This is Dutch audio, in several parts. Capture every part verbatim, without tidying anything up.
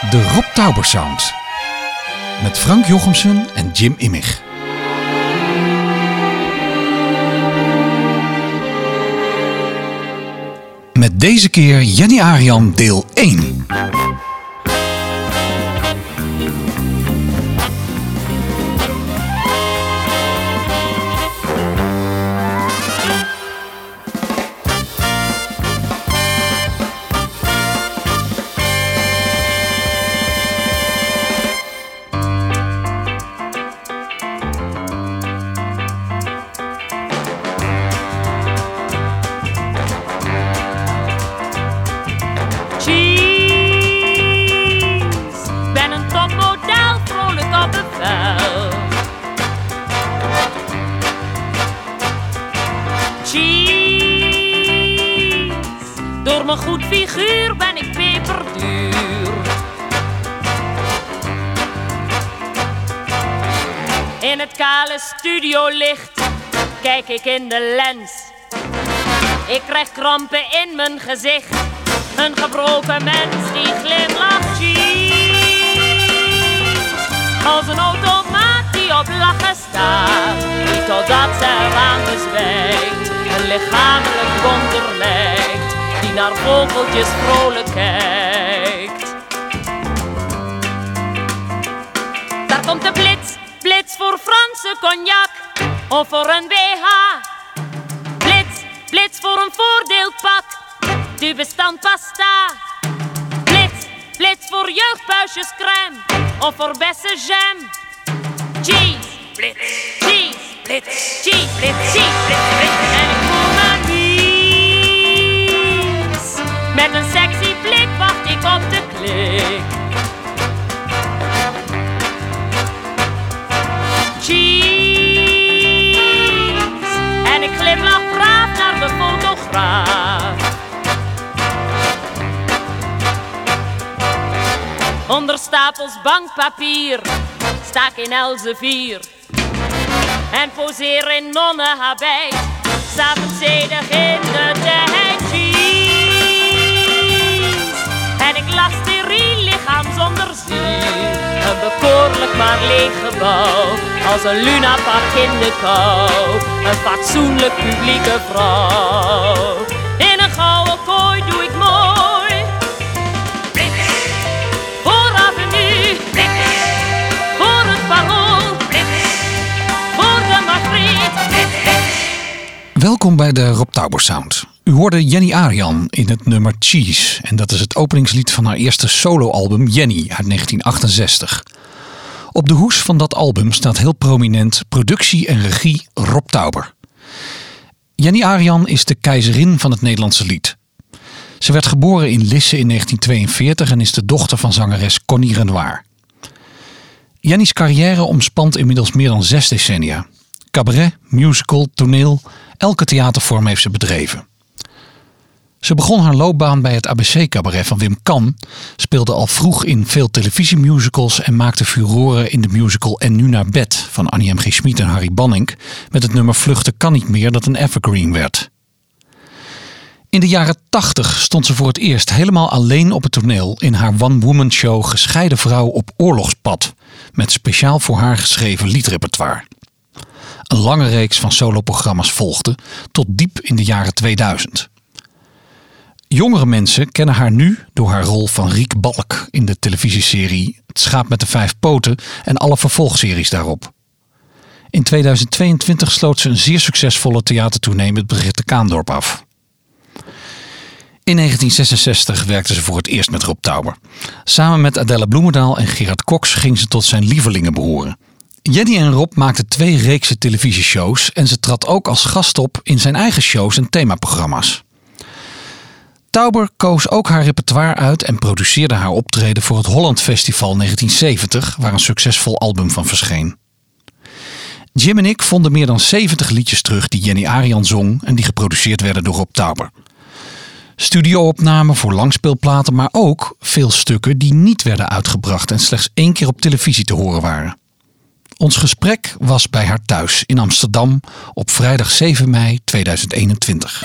De Rob Tauber Sound. Met Frank Jochemsen en Jim Immig. Met deze keer Jenny Arian deel één. Door mijn goed figuur ben ik peperduur. In het kale studiolicht kijk ik in de lens. Ik krijg krampen in mijn gezicht. Een gebroken mens die glimlacht. Cheese. Als een automaat die op lachen staat. Niet totdat ze eraan bezwijkt. Een lichamelijk wonder lijkt. Die naar vogeltjes vrolijk kijkt. Daar komt de blitz, blitz voor Franse cognac of voor een B H. Blitz, blitz voor een voordeelpak, du bestand pasta. Blitz, blitz voor jeugdpuisjescrème of voor bessenjam. Cheese, blitz, cheese, blitz, cheese, blitz, cheese, blitz, blitz. En ik voel me met een sexy blik wacht ik op de klik. Cheese. En ik glimlach braaf naar de fotograaf. Onder stapels bankpapier sta ik in Elsevier. En poseer in nonnenhabit, s'avonds zedig in de tijd. En ik lach steriel lichaam zonder ziel. Een bekoorlijk maar leeg gebouw. Als een lunapark in de kou. Een fatsoenlijk publieke vrouw. In een gouden kooi doe ik mooi. Blitz. Voor Avenue. Blitz. Voor het Parool. Blitz. Voor de Margriet. Welkom bij de Rob Tauber Sound. U hoorde Jenny Arian in het nummer Cheese. En dat is het openingslied van haar eerste soloalbum Jenny uit negentien achtenzestig. Op de hoes van dat album staat heel prominent productie en regie Rob Tauber. Jenny Arian is de keizerin van het Nederlandse lied. Ze werd geboren in Lisse in negentien tweeënveertig en is de dochter van zangeres Connie Renoir. Jenny's carrière omspant inmiddels meer dan zes decennia. Cabaret, musical, toneel, elke theatervorm heeft ze bedreven. Ze begon haar loopbaan bij het A B C-cabaret van Wim Kan, speelde al vroeg in veel televisiemusicals en maakte furoren in de musical En nu naar bed van Annie M G Schmid en Harry Banning met het nummer Vluchten kan niet meer dat een evergreen werd. In de jaren tachtig stond ze voor het eerst helemaal alleen op het toneel in haar one-woman show Gescheiden vrouw op oorlogspad met speciaal voor haar geschreven liedrepertoire. Een lange reeks van soloprogramma's volgde tot diep in de jaren tweeduizend. Jongere mensen kennen haar nu door haar rol van Riek Balk in de televisieserie Het schaap met de vijf poten en alle vervolgseries daarop. In tweeduizend tweeëntwintig sloot ze een zeer succesvolle theatertournee met Brigitte Kaandorp af. In negentien zesenzestig werkte ze voor het eerst met Rob Tauber. Samen met Adelle Bloemendaal en Gerard Cox ging ze tot zijn lievelingen behoren. Jenny en Rob maakten twee reeksen televisieshows en ze trad ook als gast op in zijn eigen shows en themaprogramma's. Tauber koos ook haar repertoire uit en produceerde haar optreden voor het Holland Festival negentien zeventig, waar een succesvol album van verscheen. Jim en ik vonden meer dan zeventig liedjes terug die Jenny Arian zong en die geproduceerd werden door Rob Tauber. Studioopnamen voor langspeelplaten, maar ook veel stukken die niet werden uitgebracht en slechts één keer op televisie te horen waren. Ons gesprek was bij haar thuis in Amsterdam op vrijdag zeven mei tweeduizend eenentwintig.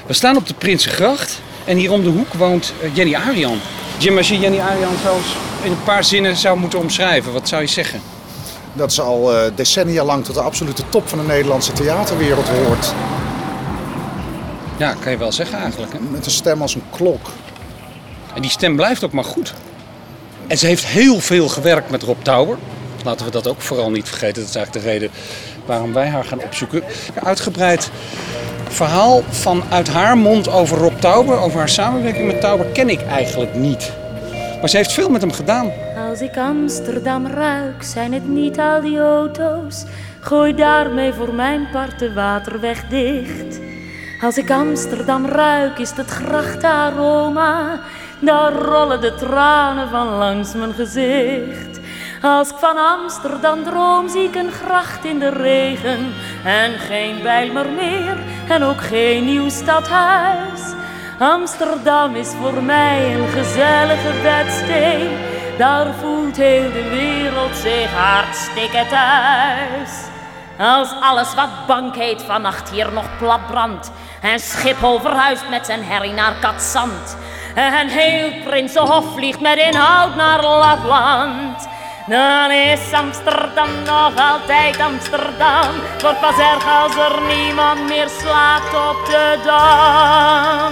We staan op de Prinsengracht en hier om de hoek woont Jenny Arian. Jim, als je Jenny Arian zo in een paar zinnen zou moeten omschrijven, wat zou je zeggen? Dat ze al uh, decennia lang tot de absolute top van de Nederlandse theaterwereld hoort. Ja, kan je wel zeggen eigenlijk. Hè? Met een stem als een klok. En die stem blijft ook maar goed. En ze heeft heel veel gewerkt met Rob Tauber. Laten we dat ook vooral niet vergeten. Dat is eigenlijk de reden waarom wij haar gaan opzoeken. Een uitgebreid verhaal vanuit haar mond over Rob Tauber, over haar samenwerking met Tauber, ken ik eigenlijk niet. Maar ze heeft veel met hem gedaan. Als ik Amsterdam ruik, zijn het niet al die auto's. Gooi daarmee voor mijn part de waterweg dicht. Als ik Amsterdam ruik, is het grachtaroma. Daar rollen de tranen van langs mijn gezicht. Als ik van Amsterdam droom, zie ik een gracht in de regen. En geen Bijlmer meer, en ook geen nieuw stadhuis. Amsterdam is voor mij een gezellige bedstee. Daar voelt heel de wereld zich hartstikke thuis. Als alles wat bank heet vannacht hier nog plat brandt. En Schiphol verhuist met zijn herrie naar Katzand. En heel Prinsenhof vliegt met inhoud naar Lapland. Dan is Amsterdam nog altijd Amsterdam. Wordt pas erg als er niemand meer slaapt op de Dam.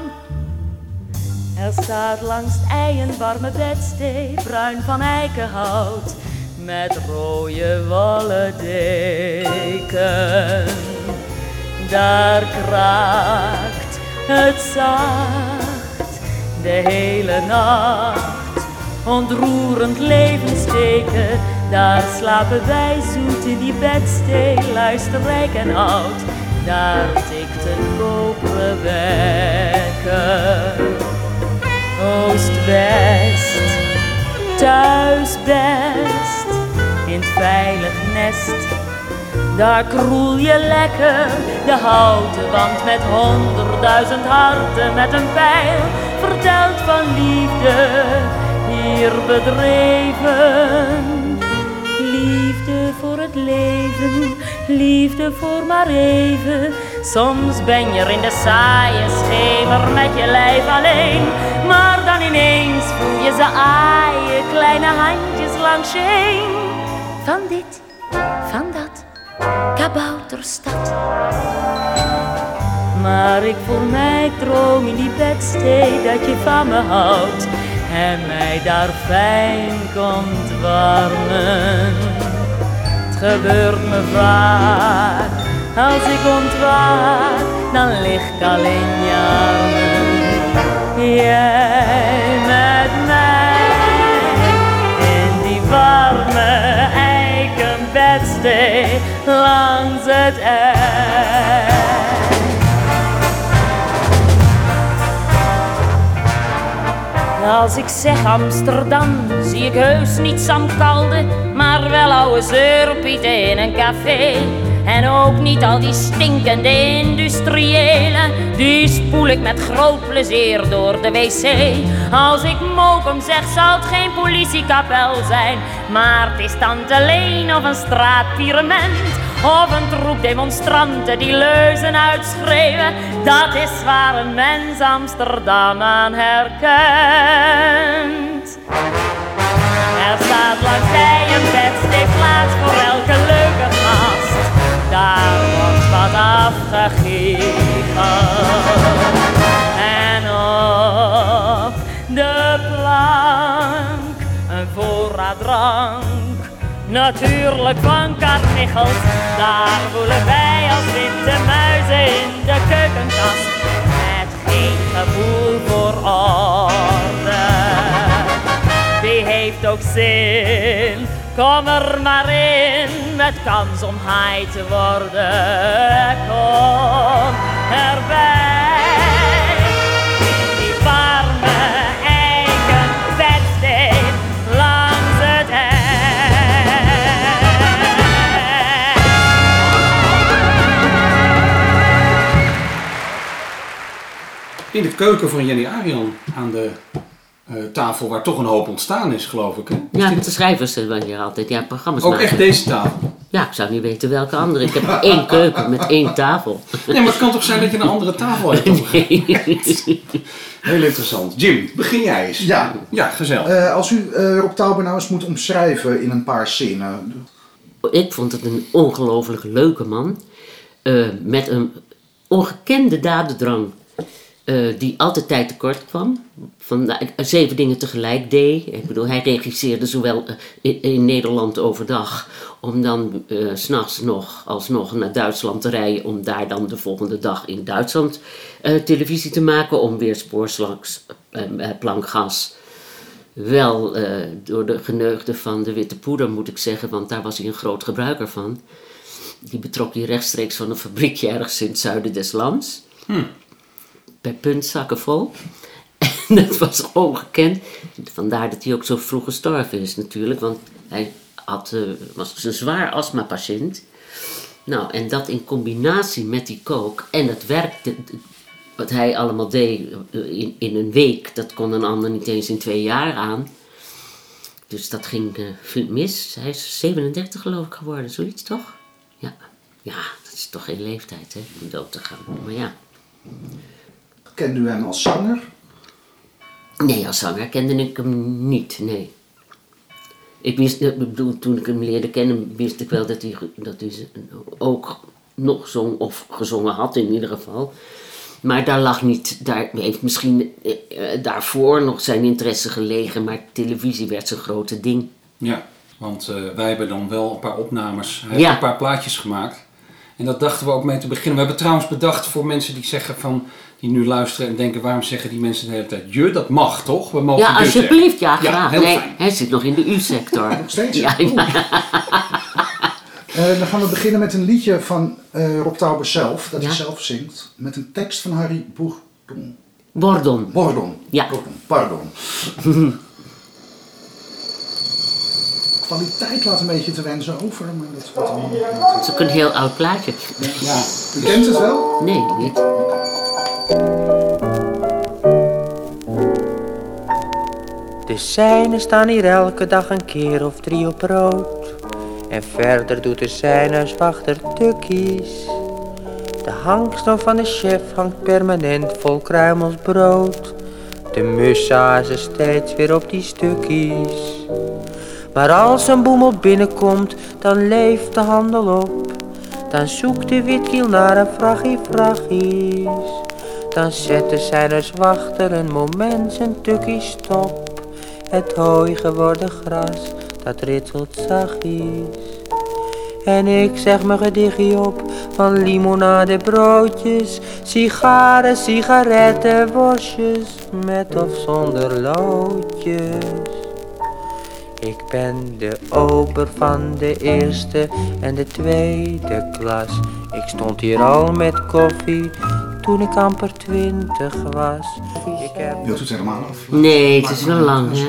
Er staat langs het ei een warme bedstee, bruin van eikenhout, met rode wollen deken. Daar kraakt het zacht de hele nacht, ontroerend levenssteken. Daar slapen wij zoet in die bedstee, luister rijk en oud. Daar tikt een koperen wekker. Oost-West, thuis best, in het veilig nest. Daar kroel je lekker, de houten wand met honderdduizend harten met een pijl vertelt van liefde, hier bedreven. Liefde voor het leven, liefde voor maar even. Soms ben je er in de saaie schemer met je lijf alleen. Maar dan ineens voel je ze aaien, kleine handjes langs je heen. Van dit, van dat, kabouterstad. Maar ik voor mij droom in die bedstee dat je van me houdt en mij daar fijn komt warmen. Het gebeurt me vaak, als ik ontwaak, dan lig ik al in je armen. Jij met mij, in die warme eikenbedstee, langs het ei. Als ik zeg Amsterdam, zie ik heus niet Samkalde, maar wel oude zeurpieten in een café. En ook niet al die stinkende industriëlen, die spoel ik met groot plezier door de wc. Als ik Mokum zeg, zal het geen politiekapel zijn, maar het is Tante Leen of een straatpyrament. Of een troep demonstranten die leuzen uitschreeuwen. Dat is waar een mens Amsterdam aan herkent. Er staat langs zij een bedstee plaats voor elke leuke gast. Daar wordt wat afgegiegeld. En op de plank een voorraad drank. Natuurlijk van karnichels, daar woelen wij als witte muizen in de keukenkast. Met geen gevoel voor orde, wie heeft ook zin? Kom er maar in, met kans om high te worden. Kom erbij, in die warme eiken bedstee, langs het ei. In de keuken van Jenny Arian aan de uh, tafel waar toch een hoop ontstaan is, geloof ik. Hè? Is Ja, dit... met de schrijvers wanneer altijd ja, programma's Ook maken. echt deze tafel? Ja, ik zou niet weten welke andere. Ik heb één keuken met één tafel. Nee, maar het kan toch zijn dat je een andere tafel hebt? Nee. Heel interessant. Jim, begin jij eens. Ja. Ja, gezellig. Uh, als u uh, Rob Tauber nou eens moet omschrijven in een paar zinnen. Ik vond het een ongelooflijk leuke man. Uh, met een ongekende dadendrang. Uh, die altijd tijd tekort kwam. Van uh, zeven dingen tegelijk deed. Ik bedoel, hij regisseerde zowel uh, in, in Nederland overdag. Om dan uh, 's nachts nog alsnog naar Duitsland te rijden. Om daar dan de volgende dag in Duitsland uh, televisie te maken. Om weer spoorslags uh, uh, plankgas. Wel uh, door de geneugde van de witte poeder moet ik zeggen. Want daar was hij een groot gebruiker van. Die betrok hij rechtstreeks van een fabriekje ergens in het zuiden des lands. Hmm. Per punt zakken vol. En dat was ongekend. Vandaar dat hij ook zo vroeg gestorven is natuurlijk. Want hij had, uh, was een zwaar astmapatiënt. Nou, en dat in combinatie met die kook. En het werk wat hij allemaal deed in, in een week. Dat kon een ander niet eens in twee jaar aan. Dus dat ging uh, mis. Hij is zevenendertig geloof ik geworden. Zoiets toch? Ja. Ja, dat is toch geen leeftijd hè, om dood te gaan. Maar ja. Kende u hem als zanger? Nee, als zanger kende ik hem niet, nee. Ik wist, ik bedoel, toen ik hem leerde kennen, wist ik wel dat hij, dat hij ook nog zong of gezongen had in ieder geval. Maar daar lag niet, daar heeft misschien eh, daarvoor nog zijn interesse gelegen, maar televisie werd zijn grote ding. Ja, want uh, wij hebben dan wel een paar opnames, hij heeft Ja. een paar plaatjes gemaakt. En dat dachten we ook mee te beginnen. We hebben trouwens bedacht voor mensen die zeggen van, die nu luisteren en denken, waarom zeggen die mensen de hele tijd je? Dat mag toch? We mogen Ja, je alsjeblieft, ja, zeggen. graag. heel Nee, fijn. hij zit nog in de U-sector. Nog steeds? Ja, ja. Uh, dan gaan we beginnen met een liedje van uh, Rob Tauber zelf, dat Ja. hij zelf zingt, met een tekst van Harry Bourdon. Bordon. Bourdon. Ja. Bourdon. Pardon. Kwaliteit laat een beetje te wensen over, maar dat wordt allemaal niet. Dat is ook een heel oud plaatje. Ja. U kent het wel? Nee, niet. De seinen staan hier elke dag een keer of drie op rood. En verder doet de seinerswachter tukkies. De hangsnoer van de chef hangt permanent vol kruimelsbrood. De mussazen steeds weer op die stukkies. Maar als een boemel binnenkomt, dan leeft de handel op. Dan zoekt de witkiel naar een vrachie vrachies. Dan zet de seinerswachter een moment zijn tukkie stop. Het hooi geworden gras, dat ritselt zachtjes. En ik zeg mijn gedichtje op van limonade broodjes, sigaren, sigaretten, worstjes, met of zonder loodjes. Ik ben de ober van de eerste en de tweede klas. Ik stond hier al met koffie toen ik amper twintig was. Ik heb... Wilt u het helemaal af? Nee, het is wel lang, hè.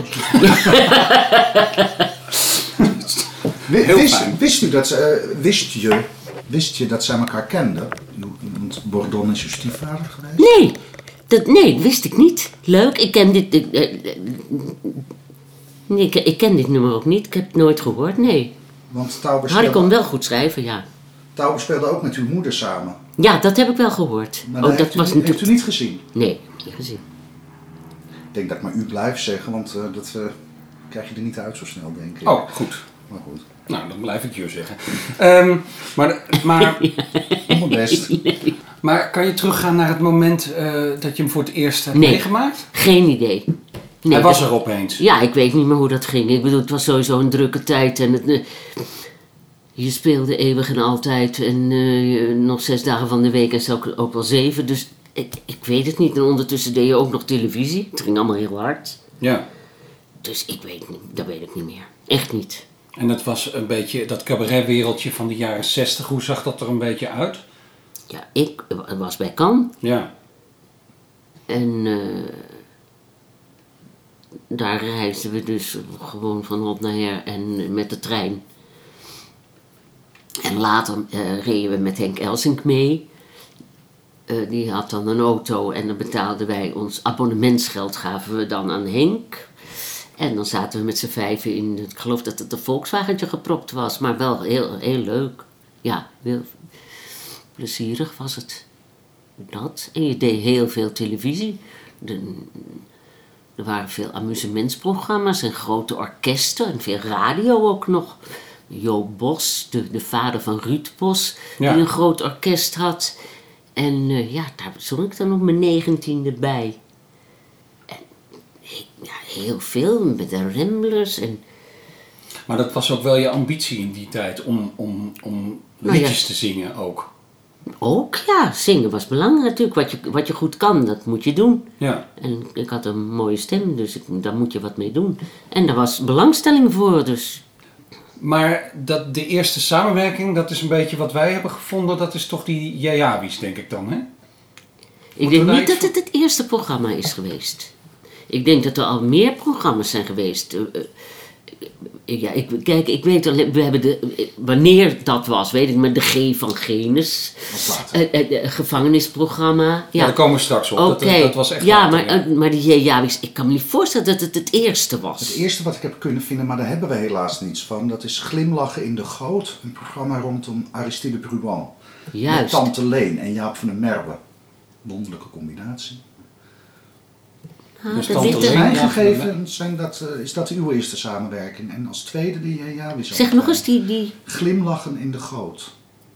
Wist, wist, wist u dat ze, uh, wist je, wist je dat zij elkaar kenden? Want Bourdon is uw stiefvader geweest? Nee, dat, nee, dat wist ik niet. Leuk, ik ken dit... Ik, eh, nee, ik, ik ken dit nummer ook niet. Ik heb het nooit gehoord, nee. Want Tauber Harry kon speelde, wel goed schrijven, ja. Tauber speelde ook met uw moeder samen. Ja, dat heb ik wel gehoord. Maar Oh, dat dat heeft, was u, heeft natuurlijk... u niet gezien? Nee, niet gezien. Ik denk dat ik maar u blijf zeggen, want uh, dat uh, krijg je er niet uit zo snel, denk ik. Oh, goed. Maar goed. Nou, dan blijf ik je zeggen. Um, maar, maar, Allemaal best. maar kan je teruggaan naar het moment uh, dat je hem voor het eerst hebt Nee. meegemaakt? Geen idee. Nee, Hij was dat- er opeens. Ja, ik weet niet meer hoe dat ging. Ik bedoel, het was sowieso een drukke tijd en het, eh, je speelde eeuwig en altijd en eh, nog zes dagen van de week en zo ook wel zeven. Dus ik, ik weet het niet. En ondertussen deed je ook nog televisie. Het ging allemaal heel hard. Ja. Dus ik weet niet, dat weet ik niet meer. Echt niet. En dat was een beetje dat cabaretwereldje van de jaren zestig. Hoe zag dat er een beetje uit? Ja, ik was bij Cannes Ja. en eh, daar reisden we dus gewoon van hop naar her en met de trein. En later uh, reden we met Henk Elsink mee. Uh, die had dan een auto en dan betaalden wij ons abonnementsgeld, gaven we dan aan Henk. En dan zaten we met z'n vijven in, ik geloof dat het een Volkswagentje gepropt was, maar wel heel, heel leuk. Ja, heel plezierig was het. Dat. En je deed heel veel televisie. De, er waren veel amusementsprogramma's en grote orkesten en veel radio ook nog. Joop Bos, de, de vader van Ruud Bos, ja. die een groot orkest had. En uh, ja, daar zong ik dan op mijn negentiende bij. En ja, heel veel met de Ramblers. En... Maar dat was ook wel je ambitie in die tijd, om, om, om liedjes nou ja, te zingen ook? Ook, ja. Zingen was belangrijk natuurlijk. Wat je, wat je goed kan, dat moet je doen. Ja. En ik had een mooie stem, dus ik, daar moet je wat mee doen. En daar was belangstelling voor, dus... Maar dat, de eerste samenwerking, dat is een beetje wat wij hebben gevonden, dat is toch die Jajawi's, denk ik dan, hè? Ik denk niet dat het het eerste programma is geweest. Ik denk dat er al meer programma's zijn geweest. Uh, uh, ja, ik, kijk, ik weet al, we hebben de, wanneer dat was, weet ik, maar de G van Genis. Het uh, uh, uh, gevangenisprogramma. Ja, ja, daar komen we straks op. Okay. Dat, dat was echt ja, later, maar, ja. Uh, maar die Jajawi's, ik kan me niet voorstellen dat het het eerste was. Het eerste wat ik heb kunnen vinden, maar daar hebben we helaas niets van, dat is Glimlachen in de Goot. Een programma rondom Aristide Bruant. Juist. Met Tante Leen en Jaap van der Merwe. Wonderlijke combinatie. Ah, dus dat Tante Leen mij gegeven zijn dat, uh, is dat uw eerste samenwerking. En als tweede die uh, ja, zeg nog eens die, die... Glimlachen in de Goot.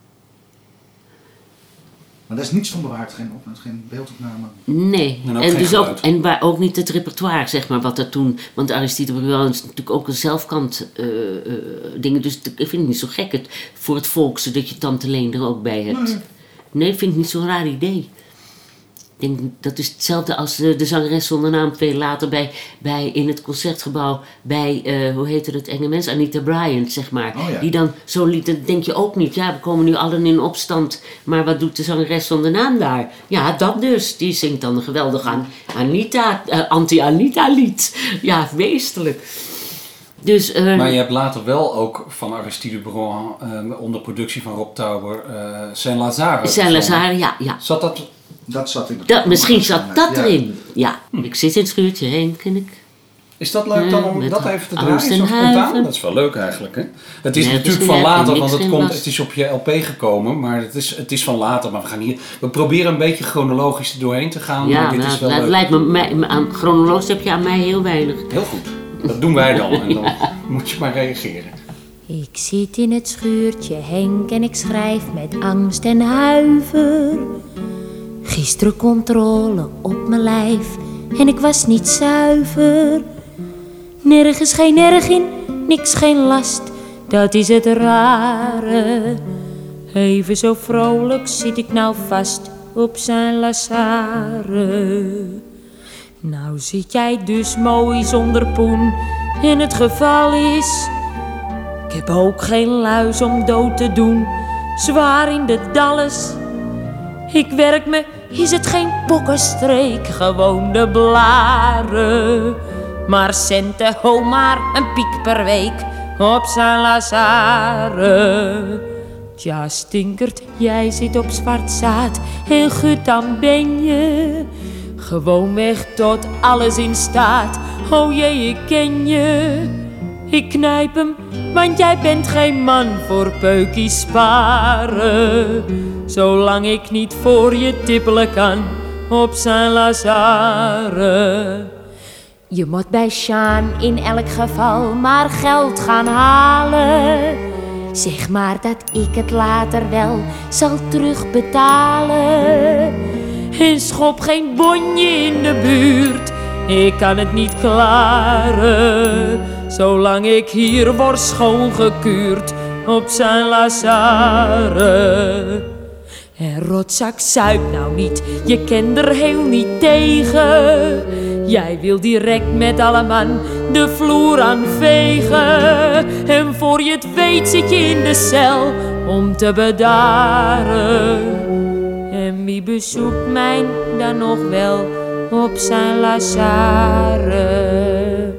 Maar daar is niets van bewaard, geen, op, geen beeldopname. Nee, en, en, dus ook, en waar ook niet het repertoire, zeg maar, wat dat toen... Want Aristide Bruant is natuurlijk ook een zelfkant uh, uh, dingen. Dus ik vind het niet zo gek het, voor het volkse dat je Tante Leen er ook bij hebt. Nee, nee vind ik niet zo'n raar idee. Ik denk, dat is hetzelfde als de, de zangeres zonder naam veel later bij, bij in het concertgebouw bij, uh, hoe heette het enge mens, Anita Bryant, zeg maar. Oh ja. Die dan zo'n lied, dan denk je ook niet, ja, we komen nu allen in opstand, maar wat doet de zangeres zonder naam daar? Ja, dat dus. Die zingt dan een geweldig aan Anita, uh, anti-Anita lied. Ja, meesterlijk. Dus, uh, maar je hebt later wel ook van Aristide Bruant, uh, onder productie van Rob Tauber, uh, Saint-Lazare. Saint-Lazare, ja, ja. Zat dat... Dat zat in het dat, misschien zat dat ja. erin. Ja, hm. Ik zit in het schuurtje heen, ken ik. Is dat leuk dan om uh, dat even te draaien, zo spontaan? Dat is wel leuk eigenlijk, hè? Het is nee, natuurlijk het is van later, want het, komt, was... het is op je L P gekomen, maar het is, het is van later. Maar we gaan hier, we proberen een beetje chronologisch er doorheen te gaan. Ja, maar dit nou, is wel het leuk. lijkt me, mij, aan chronologisch heb je aan mij heel weinig. Heel goed, dat doen wij dan en dan moet je maar reageren. Ik zit in het schuurtje, Henk, en ik schrijf met angst en huiver. Gisteren controle op mijn lijf en ik was niet zuiver. Nergens geen erg in, niks geen last, dat is het rare. Even zo vrolijk zit ik nou vast op Saint-Lazare. Nou zit jij dus mooi zonder poen en het geval is... Ik heb ook geen luis om dood te doen, zwaar in de dalles. Ik werk me, is het geen pokkenstreek, gewoon de blaren. Maar centen, ho maar een piek per week op Saint-Lazare. Tja, stinkert, jij zit op zwart zaad en gut, dan ben je gewoon weg tot alles in staat. Oh jee, ik ken je. Ik knijp hem, want jij bent geen man voor peukies sparen. Zolang ik niet voor je tippelen kan op Saint-Lazare. Je moet bij Sjaan in elk geval maar geld gaan halen. Zeg maar dat ik het later wel zal terugbetalen. En schop geen bonje in de buurt, ik kan het niet klaren. Zolang ik hier word schoongekuurd op Saint-Lazare. En rotzak, zuip nou niet, je kent er heel niet tegen. Jij wil direct met alle man de vloer aanvegen. En voor je het weet zit je in de cel om te bedaren. En wie bezoekt mij dan nog wel op Saint-Lazare?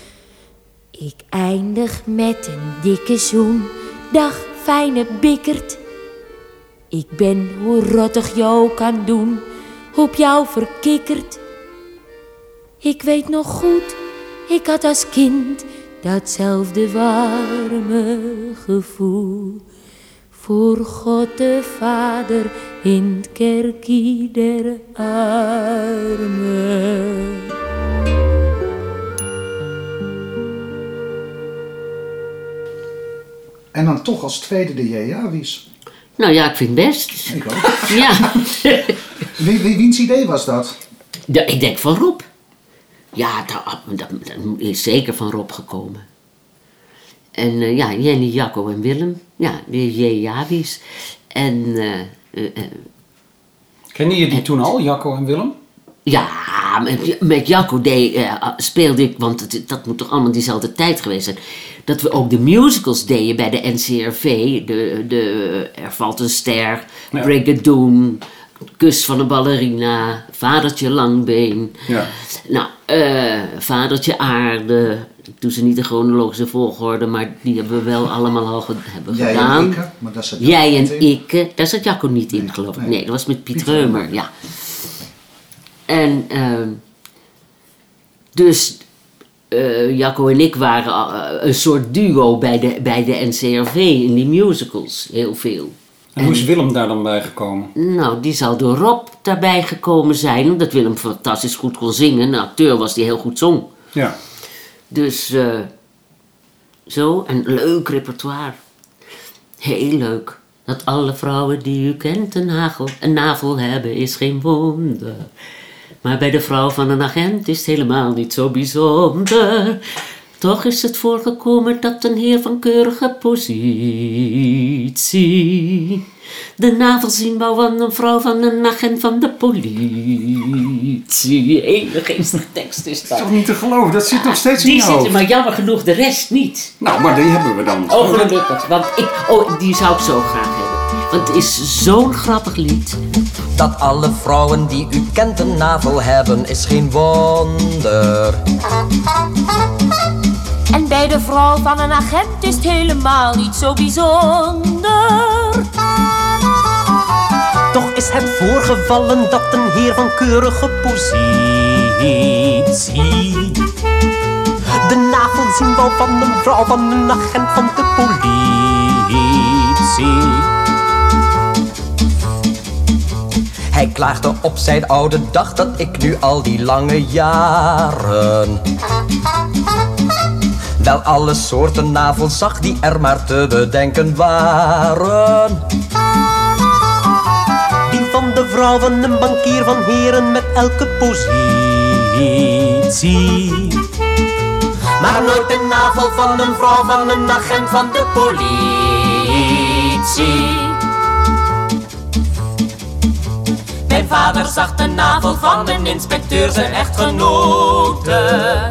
Ik eindig met een dikke zoen. Dag, fijne bikkert. Ik ben, hoe rottig jou kan doen, op jou verkikkerd. Ik weet nog goed, ik had als kind datzelfde warme gevoel voor God de Vader in het kerkie der armen. En dan toch als tweede de J A W's. Nou ja, ik vind het best. Ik ook. Ja. Wie, wie, wiens idee was dat? Ja, ik denk van Rob. Ja, dat, dat, dat is zeker van Rob gekomen. En uh, ja, Jenny, Jacco en Willem. Ja, de J A W's. En... Uh, uh, uh, Kende je die toen al, Jacco en Willem? Ja, met, met Jacco deed, uh, speelde ik, want het, dat moet toch allemaal diezelfde tijd geweest zijn, dat we ook de musicals deden bij de N C R V. De, de Er valt een ster, ja. Brigadoon, Kus van een ballerina, Vadertje Langbeen. Ja. Nou, uh, Vadertje Aarde. Ik doe ze niet in chronologische volgorde, maar die hebben we wel allemaal al ge- hebben Jij gedaan. en Ikke, maar daar zat Jij en in. Ikke, daar zat Jacco niet in, Nee, geloof ik. nee. Nee, dat was met Piet, Piet Reumer, Reumer. ja. En uh, dus uh, Jacco en ik waren uh, een soort duo bij de, bij de N C R V in die musicals, heel veel. En hoe is Willem daar dan bij gekomen? Nou, die zal door Rob daarbij gekomen zijn, omdat Willem fantastisch goed kon zingen. Een acteur was die heel goed zong. Ja. Dus uh, zo, een leuk repertoire. Heel leuk. Dat alle vrouwen die u kent een, hagel, een navel hebben is geen wonder. Maar bij de vrouw van een agent is het helemaal niet zo bijzonder. Toch is het voorgekomen dat een heer van keurige positie de navel zien wou van een vrouw van een agent van de politie. Hele geestige tekst is dat. Dat is toch niet te geloven? Dat zit nog steeds in Die je hoofd. zitten, maar jammer genoeg de rest niet. Nou, maar die hebben we dan. Oh, gelukkig. Want ik, oh, die zou ik zo graag hebben. Want het is zo'n grappig lied. Dat alle vrouwen die u kent een navel hebben is geen wonder. En bij de vrouw van een agent is het helemaal niet zo bijzonder. Toch is het voorgevallen dat een heer van keurige positie de navel zien wou van een vrouw van een agent van de politie. Hij klaagde op zijn oude dag dat ik nu al die lange jaren wel alle soorten navels zag die er maar te bedenken waren. Die van de vrouw van een bankier, van heren met elke positie. Maar nooit de navel van een vrouw van een agent van de politie. Mijn vader zag de navel van een inspecteur zijn echtgenote.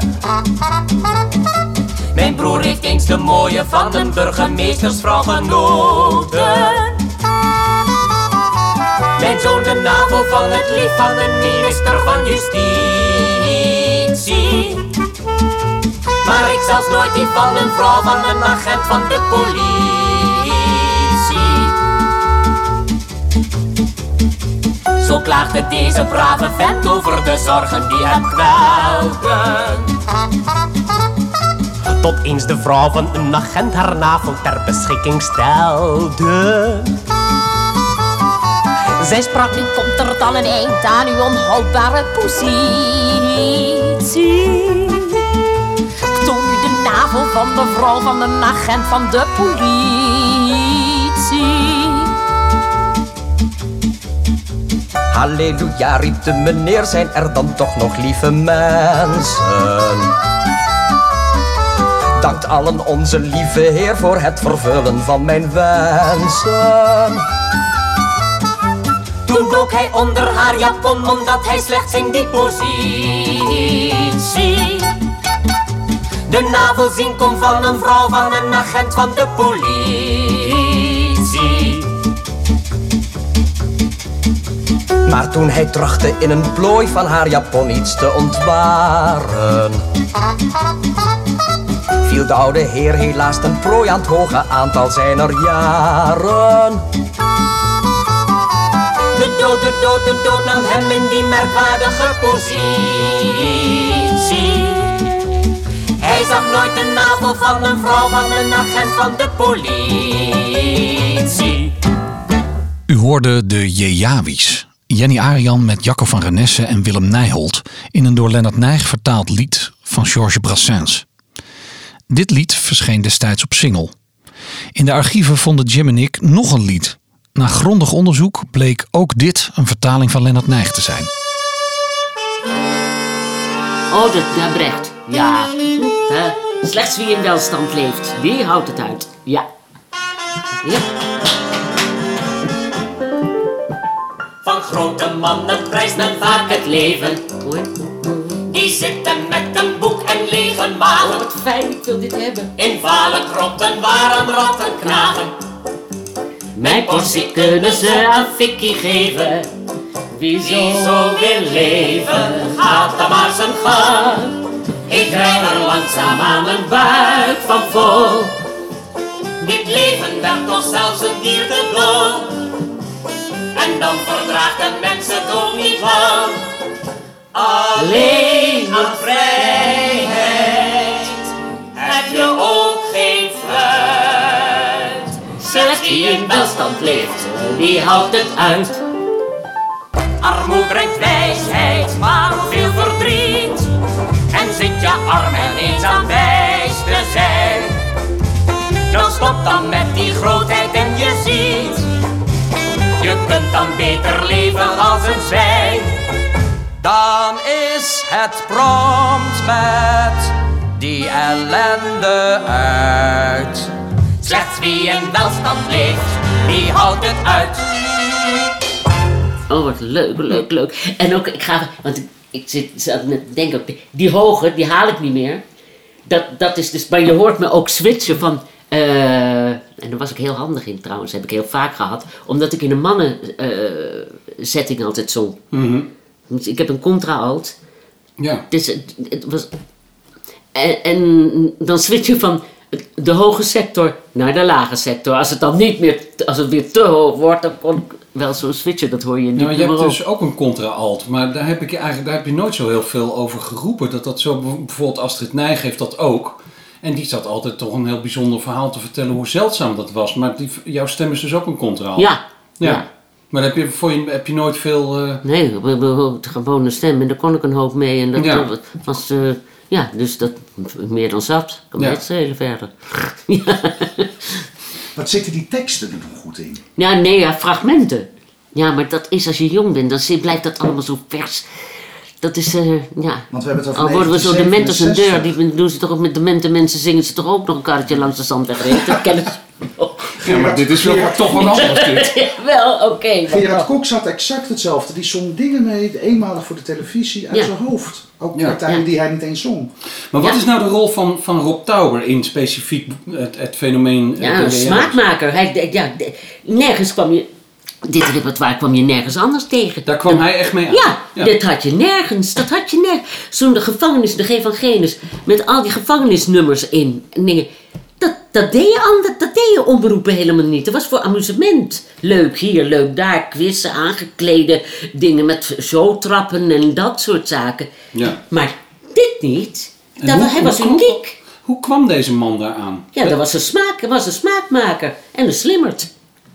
Mijn broer heeft eens de mooie van een burgemeestersvrouw genoten. Mijn zoon de navel van het lief van een minister van Justitie. Maar ik zelfs nooit die van een vrouw van een agent van de politie. Zo klaagde deze brave vent over de zorgen die hem kwelden. Tot eens de vrouw van een agent haar navel ter beschikking stelde. Zij sprak: Nu komt er dan een eind aan uw onhoudbare positie. Ik toon u de navel van de vrouw van een agent van de politie. Halleluja, riep de meneer, zijn er dan toch nog lieve mensen? Dankt allen onze lieve Heer voor het vervullen van mijn wensen. Toen dook hij onder haar japon, omdat hij slechts in die positie de navel zien kon van een vrouw van een agent van de politie. Maar toen hij trachtte in een plooi van haar japon iets te ontwaren, viel de oude heer helaas ten prooi aan het hoge aantal zijner jaren. dood, de dood, de dood nam hem in die merkwaardige positie. Hij zag nooit de navel van een vrouw van een agent van de politie. U hoorde de Jejawi's. Jenny Arian met Jacco van Renesse en Willem Nijholt in een door Lennart Nijg vertaald lied van Georges Brassens. Dit lied verscheen destijds op single. In de archieven vonden Jim en ik nog een lied. Na grondig onderzoek bleek ook dit een vertaling van Lennart Nijg te zijn. Oh, dat, ja, Brecht. Ja. Uh, slechts wie in welstand leeft, die houdt het uit. Ja. Ja. Van grote mannen prijst men vaak het leven. Die zitten met een boek en lege magen. Oh, wat fijn, ik wil dit hebben. In vale krotten waar een ratten knagen. Mijn portie kunnen ze aan Fikkie geven. Wie zo, Wie zo wil leven, gaat dan maar zijn gang. Ik krijg er langzaam aan een buik van vol. Dit leven werd toch zelfs een dier te dol. En dan verdraagt een mens het ook niet lang. Alleen aan vrijheid heb je ook geen fluit. Slechts wie in welstand leeft, die houdt het uit. Armoede brengt wijsheid, maar veel verdriet. En zit je arm en eenzaam wijs te zijn. Dan stop dan met die grootheid en je ziet. Je kunt dan beter leven als een zwijn. Dan is het prompt met die ellende uit. Slechts wie in welstand leeft, die houdt het uit. Oh, wat leuk, leuk, leuk. En ook, ik ga, want ik, ik zit, zat net te denken, die hoge, die haal ik niet meer. Dat, dat is dus, maar je hoort me ook switchen van, uh, en daar was ik heel handig in trouwens, heb ik heel vaak gehad, omdat ik in een mannen uh, setting altijd zong. Mm-hmm. Dus ik heb een contra-alt. Ja. Dus het, het was, en, en dan switch je van de hoge sector naar de lage sector. Als het dan niet meer, als het weer te hoog wordt, dan kon ik wel zo switchen, dat hoor je niet ja, maar je meer hebt op. dus ook een contra-alt, maar daar heb, ik je eigenlijk, daar heb je nooit zo heel veel over geroepen. Dat dat zo, bijvoorbeeld Astrid Nijg heeft dat ook. En die zat altijd toch een heel bijzonder verhaal te vertellen hoe zeldzaam dat was. Maar die, jouw stem is dus ook een contra-alt. Ja. Ja. ja. Maar heb je, voor je, heb je nooit veel... Uh... Nee, de gewone stem en daar kon ik een hoop mee. En dat, ja. dat was, uh, ja, dus dat meer dan zat. Ik kan ja. net schelen verder. ja. Wat zitten die teksten er nog goed in? Ja, nee, ja, fragmenten. Ja, maar dat is als je jong bent, dan blijft dat allemaal zo vers. Dat is, uh, ja. Want we hebben het over al worden we zo dement als een deur, zevenenzestig. die doen ze toch ook met demente mensen, zingen ze toch ook nog een karretje langs de zandweg rijden. Dat kennen ze nog. Ja, maar dit is wel toch wat anders dit. Ja, wel, oké. Okay, Gerard Cox had exact hetzelfde. Die zong dingen mee, eenmalig voor de televisie, uit Ja. zijn hoofd. Ook Ja. partijen Ja. die hij niet eens zong. Maar wat Ja. is nou de rol van, van Rob Tauber in specifiek het, het fenomeen... uh, Ja, de een W L? smaakmaker. Hij, ja, de- nergens kwam je... Dit repertoire kwam je nergens anders tegen. Daar kwam hij echt mee aan. Ja, Ja. dit had je nergens. Dat had je nergens. Zo'n de gevangenis, de Evangelis, met al die gevangenisnummers in. En dingen. Dat, dat deed je anders, dat deed je omroepen helemaal niet. Dat was voor amusement. Leuk hier, leuk daar, quizzen, aangeklede dingen met showtrappen en dat soort zaken. Ja. Maar dit niet. En Dat, hoe- hij was hoe kwam- uniek. Hoe kwam deze man daar aan? Ja, dat was een smaak, hij was een smaakmaker en een slimmerd.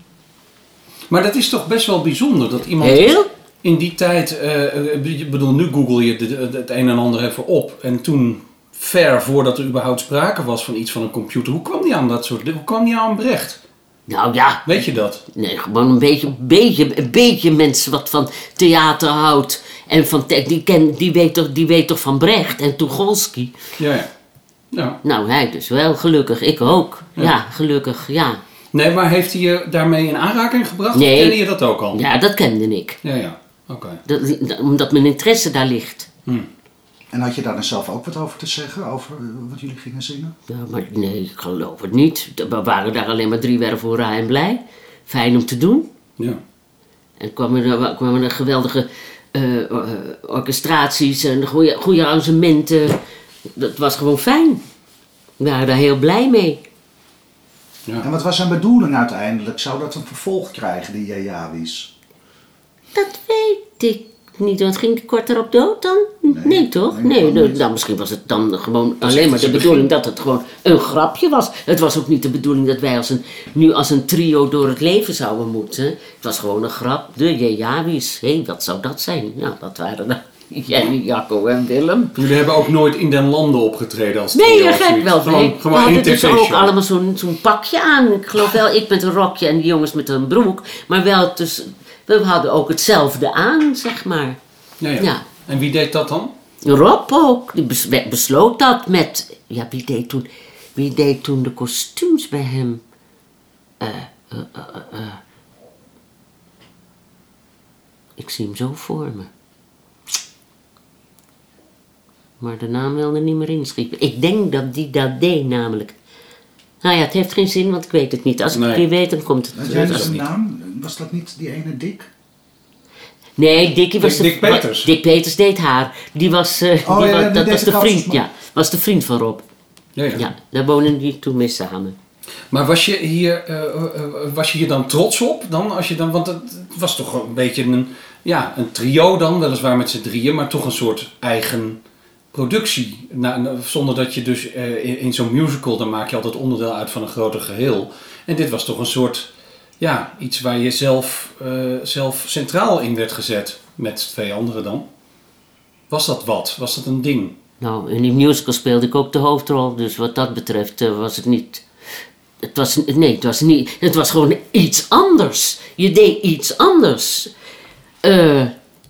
Maar dat is toch best wel bijzonder dat iemand Heel? in die tijd... Uh, ik bedoel, nu google je de, de, het een en ander even op. En toen, ver voordat er überhaupt sprake was van iets van een computer... Hoe kwam die aan dat soort... Hoe kwam die aan Brecht? Nou ja, Weet je dat? nee, gewoon een beetje, beetje, een beetje mensen wat van theater houdt. En van te- die, ken, die, weet toch, die weet toch van Brecht en Tucholsky. Ja, ja. ja. Nou, hij dus wel, gelukkig. Ik ook. Ja, Ja. gelukkig, ja. Nee, maar heeft hij je daarmee in aanraking gebracht? Nee. Of kende je dat ook al? Ja, dat kende ik. Ja, ja. Oké. Dat, dat- omdat mijn interesse daar ligt. Hm. En had je daar dan zelf ook wat over te zeggen? Over eh, wat jullie gingen zingen? Ja, maar nee, ik geloof het niet. We waren daar alleen maar drie werven voor raar en blij. Fijn om te doen. Ja. En kwamen er, kwamen er geweldige eh, eh, orchestraties en goede, goede arrangementen. Dat was gewoon fijn. We waren daar heel blij mee. En wat was zijn bedoeling uiteindelijk? Zou dat een vervolg krijgen, die Jejawi's? Dat weet ik niet. Want ging die kort erop dood dan? Nee, nee toch? Nee, nee, nee dan misschien was het dan gewoon alleen maar de bedoeling dat het gewoon een grapje was. Het was ook niet de bedoeling dat wij als een, nu als een trio door het leven zouden moeten. Het was gewoon een grap. De Jejawi's. Hé, hey, wat zou dat zijn? Nou, dat waren dan Jenny, Jacco en Willem. Jullie hebben ook nooit in den landen opgetreden als trio? Nee, je gek wel. Gewoon, nee. gewoon we hadden één dus tv-show. ook allemaal zo'n zo'n pakje aan. Ik geloof wel, ik met een rokje en die jongens met een broek. Maar wel, dus, we hadden ook hetzelfde aan, zeg maar. Ja, ja. Ja. En wie deed dat dan? Rob ook. Die bes- besloot dat met... Ja, wie deed toen, wie deed toen de kostuums bij hem? Eh, uh, uh, uh, uh. Ik zie hem zo voor me. Maar de naam wil er niet meer inschieten. Ik denk dat die dat deed namelijk. Nou ja, het heeft geen zin, want ik weet het niet. Als ik Nee. het weer weet, dan komt het. Had jij dus een naam? Was dat niet die ene Dick? Nee, Dickie was Dick de, Peters. Dick Peters deed haar. Die was, uh, Oh, die ja, was die dat deed was de de vriend, kapsersman. ja. Was de vriend van Rob. Ja, ja. Ja, daar wonen die toen mee samen. Maar was je hier, uh, uh, was je hier dan trots op? Dan, als je dan, want het was toch een beetje een, ja, een trio dan, weliswaar met z'n drieën, maar toch een soort eigen productie. Nou, zonder dat je dus uh, in, in zo'n musical, dan maak je altijd onderdeel uit van een groter geheel. En dit was toch een soort, ja, iets waar je zelf, uh, zelf centraal in werd gezet. Met twee anderen dan. Was dat wat? Was dat een ding? Nou, in die musical speelde ik ook de hoofdrol, dus wat dat betreft uh, was het niet... Het was, nee, het was niet... Het was gewoon iets anders. Je deed iets anders. Uh,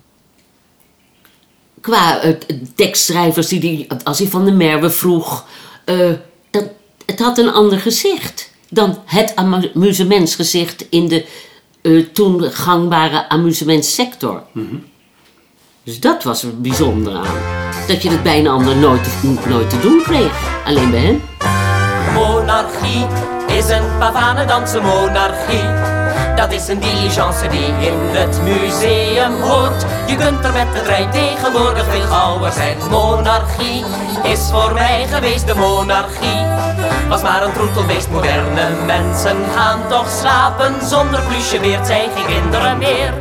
qua uh, tekstschrijvers, die, die, als hij van de Merwe vroeg... Uh, dat, het had een ander gezicht dan het amusementsgezicht in de uh, toen gangbare amusementsector. Mm-hmm. Dus dat was er bijzonder aan. Dat je het bij een ander nooit, nooit te doen kreeg. Alleen bij hen. Monarchie is een pavanedanse monarchie. Dat is een diligence die in het museum hoort. Je kunt er met de trein tegenwoordig veel gauwer zijn. Monarchie is voor mij geweest de monarchie. Was maar een troetelbeest, moderne mensen gaan toch slapen. Zonder plusje weert zijn geen kinderen meer.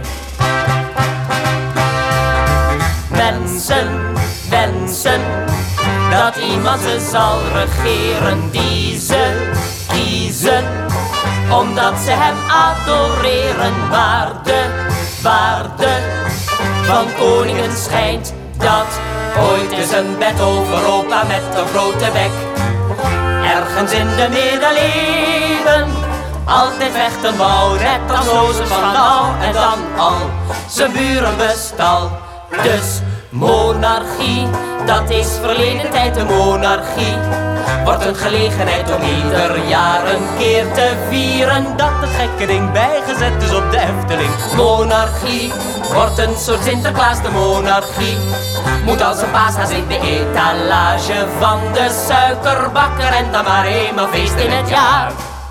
Mensen wensen dat iemand ze zal regeren die ze kiezen, omdat ze hem adoreren. Waarde, waarde van koningen schijnt dat ooit is een bed over opa met een grote bek. Ergens in de middeleeuwen altijd vechten wou, net als Mozes van nou en dan al zijn buren bestal. Dus monarchie, dat is verleden tijd. De monarchie wordt een gelegenheid om ieder jaar een keer te vieren dat het gekke ding bijgezet is op de Efteling. Monarchie wordt een soort Sinterklaas. De monarchie moet als een paashaas in de etalage van de suikerbakker en dan maar eenmaal feest in het jaar.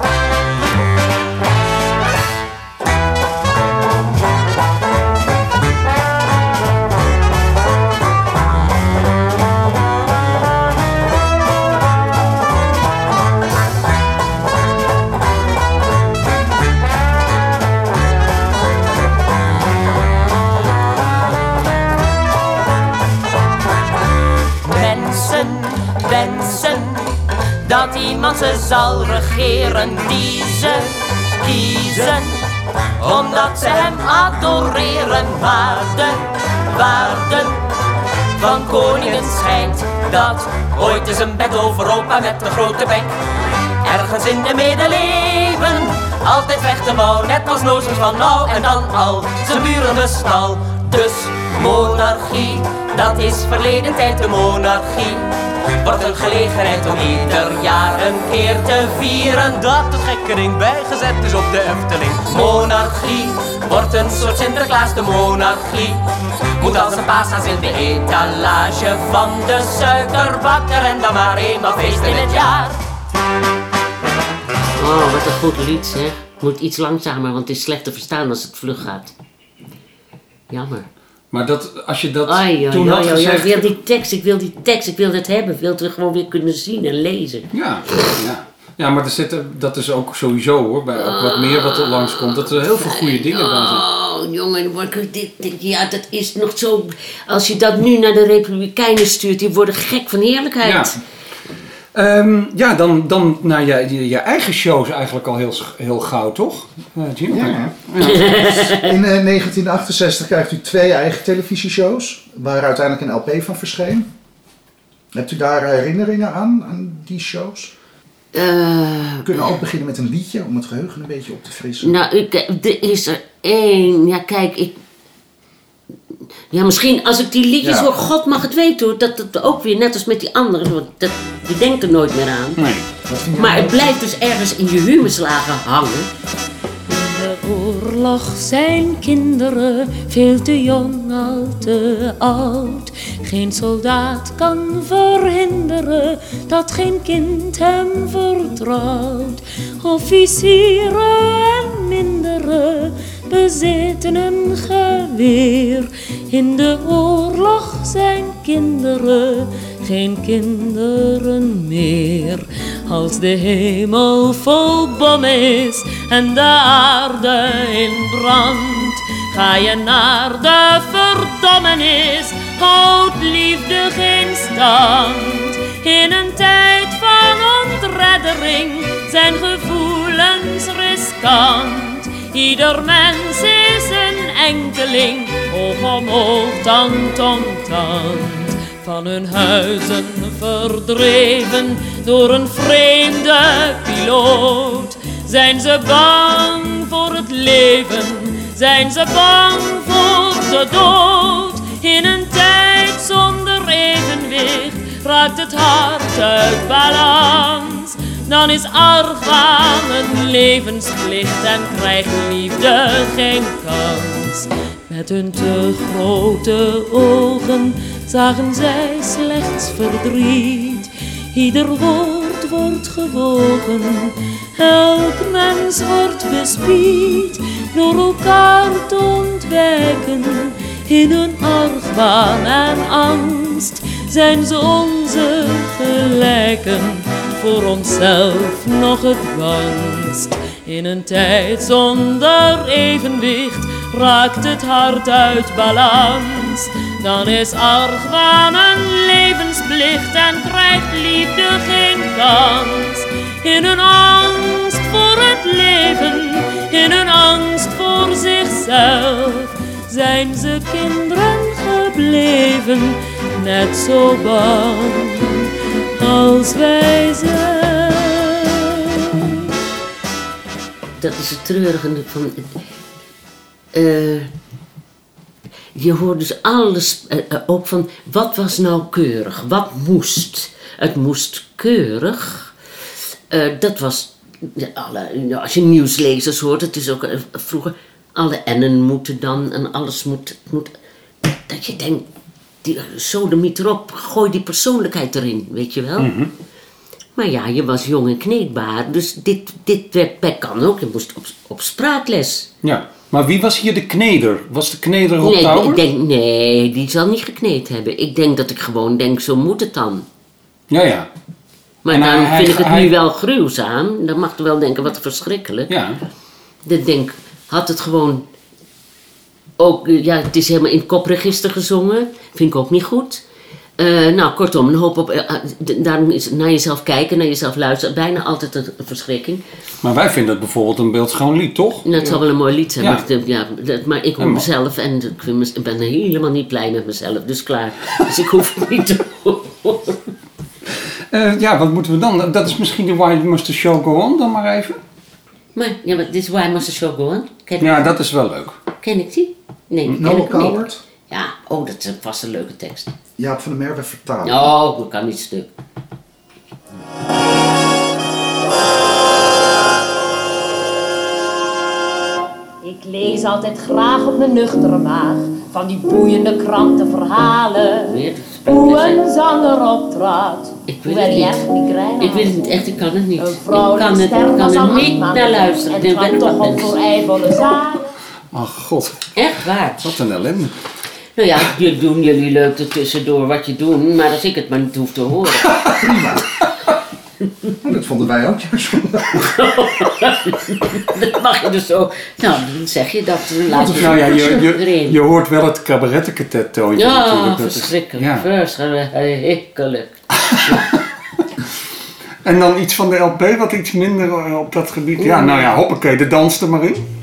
Wensen dat iemand ze zal regeren die ze kiezen, omdat ze hem adoreren. Waarde, waarde van koningen schijnt dat ooit is een bed over opa met een grote bek. Ergens in de middeleeuwen altijd vechten wou, net als Mozes van nou en dan al zijn buren bestal. Dus monarchie, dat is verleden tijd. De monarchie wordt een gelegenheid om ieder jaar een keer te vieren dat het gekke ding bijgezet is op de Efteling. Monarchie wordt een soort Sinterklaas. De monarchie moet als een paashaas in de etalage van de suikerbakker en dan maar eenmaal feest in het jaar. Oh, wat een goed lied zeg. Moet iets langzamer, want het is slecht te verstaan als het vlug gaat. Jammer. Maar dat, als je dat Ai, toen ai, had ai, gezegd... Ik wil die tekst, ik wil die tekst, ik wil het hebben. Ik wil het gewoon weer kunnen zien en lezen. Ja, ja. ja maar er zitten, dat is ook sowieso hoor, bij ook wat meer wat er langskomt, dat er heel veel goede dingen bij zijn. Oh, Oh jongen, dit, dit, ja, dat is nog zo... Als je dat nu naar de Republikeinen stuurt, die worden gek van eerlijkheid. Ja, um, ja dan, dan naar je, je, je eigen shows eigenlijk al heel, heel gauw, toch? Uh, Jim? Ja. Ja. In uh, negentien achtenzestig krijgt u twee eigen televisieshows, waar uiteindelijk een L P van verscheen. Hebt u daar herinneringen aan, aan die shows? Uh, We kunnen ook beginnen met een liedje om het geheugen een beetje op te frissen. Nou, ik, er is er één. Ja, kijk, ik... Ja, misschien als ik die liedjes Ja. hoor, God mag het weten hoor, dat het ook weer net als met die anderen, want dat, je denkt er nooit meer aan. Nee. Wat vind je Maar het nou? blijft dus ergens in je humerslagen hangen. In de oorlog zijn kinderen veel te jong, al te oud. Geen soldaat kan verhinderen dat geen kind hem vertrouwt. Officieren en minderen bezitten een geweer. In de oorlog zijn kinderen geen kinderen meer. Als de hemel vol bom is en de aarde in brand, ga je naar de verdommenis, houdt liefde geen stand. In een tijd van ontreddering zijn gevoelens riskant. Ieder mens is een enkeling, hoog omhoog, tand om tand. Van hun huizen verdreven door een vreemde piloot. Zijn ze bang voor het leven, zijn ze bang voor de dood. In een tijd zonder evenwicht raakt het hart uit balans. Dan is argwaan een levensplicht en krijgt liefde geen kans. Met hun te grote ogen zagen zij slechts verdriet. Ieder woord wordt gewogen, elk mens wordt bespied. Door elkaar te ontwijken in hun argwaan en angst, zijn ze onze gelijken, voor onszelf nog het bangst. In een tijd zonder evenwicht raakt het hart uit balans. Dan is argwaan een levensplicht en krijgt liefde geen kans. In hun angst voor het leven, in hun angst voor zichzelf, zijn ze kinderen gebleven, net zo bang als wij zijn. Dat is het treurige van... Uh, je hoort dus alles, uh, uh, ook van, wat was nou keurig? Wat moest? Het moest keurig. Uh, dat was, ja, alle, als je nieuwslezers hoort, het is ook uh, vroeger, alle ennen moeten dan en alles moet, moet dat je denkt, die, sodemiet erop, gooi die persoonlijkheid erin, weet je wel? Mm-hmm. Maar ja, je was jong en kneedbaar, dus dit, dit werd bij kan ook, je moest op, op spraakles. Ja, maar wie was hier de kneder? Was de kneder Rob nee, Tauber? Ik denk, nee, die zal niet gekneed hebben. Ik denk dat ik gewoon denk, zo moet het dan. Ja, ja. Maar en dan hij, vind ik het hij, nu wel gruwzaam. Dan mag je wel denken, wat verschrikkelijk. Ja. Dan denk, had het gewoon ook, ja, het is helemaal in het kopregister gezongen. Vind ik ook niet goed. Uh, nou, kortom, een hoop op, uh, daarom is naar jezelf kijken, naar jezelf luisteren, bijna altijd een verschrikking. Maar wij vinden het bijvoorbeeld een beeldschoon lied, toch? Nou, het zal wel een mooi lied zijn, ja. maar, ik, ja, dat, maar ik hoor ja, mezelf en ik, vind, ik ben helemaal niet blij met mezelf, dus klaar. Dus ik hoef het niet te horen. Uh, ja, wat moeten we dan? Dat is misschien de Why Must the Show Go On dan maar even? Maar, ja, maar dit is Why Must the Show Go On? Ken ja, dat is wel leuk. Ken ik die? Nee, die Noel ken ik Coward? niet. Ja, oh, dat is vast een leuke tekst. Jaap van der Merwe vertaald. Oh, dat kan niet stuk. Ik lees altijd graag op mijn nuchtere maag van die boeiende krantenverhalen. Weer, hoe een zanger optrad. Ik weet hoe het hij niet. echt migraine Ik weet het niet, echt, ik kan het niet. Een Ik vrouwelijk kan het, ster ik was kan aan er niet afmaken naar luisteren. en Ik ben trad toch wat op voor eivolle zaaien. Ach god. Echt waar. Wat een ellende. Nou ja, jullie doen jullie leuk er tussendoor wat je doet, maar als ik het maar niet hoef te horen. Prima. Oh, dat vonden wij ook juist. Dat mag je dus zo... Nou, dan zeg je dat. Laat je nou ja, je, je, je hoort wel het cabarettenketet toontje ja, natuurlijk. Dat verschrikkelijk. Is, ja, verschrikkelijk. En dan iets van de L P, wat iets minder op dat gebied. Ja, nou ja, hoppakee, de dans er maar in.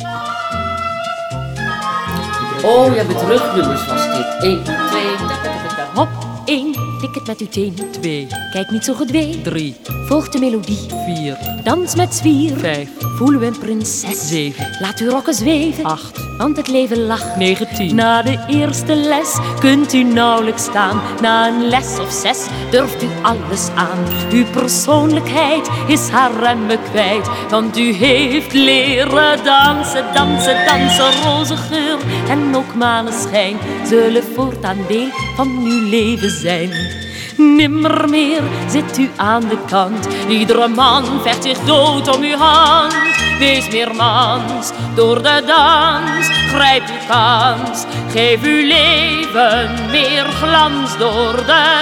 Oh, ja, met rugnummers was dit. één, twee, Hop, één, tik het met uw teen. Twee, kijk niet zo gedwee. Drie, volg de melodie. Vier, dans met zwier. Vijf, voel u een prinses. Zeven, laat uw rokken zweven. Acht, want het leven lacht. Negen, tien, na de eerste les kunt u nauwelijks staan. Na een les of zes durft u alles aan. Uw persoonlijkheid is haar remmen kwijt. Want u heeft leren dansen, dansen, dansen. Roze geur en ook maneschijn zullen voortaan deel van uw leven zijn. Nimmer meer zit u aan de kant. Iedere man vecht zich dood om uw hand. Wees meer mans door de dans. Grijp uw kans. Geef uw leven meer glans door de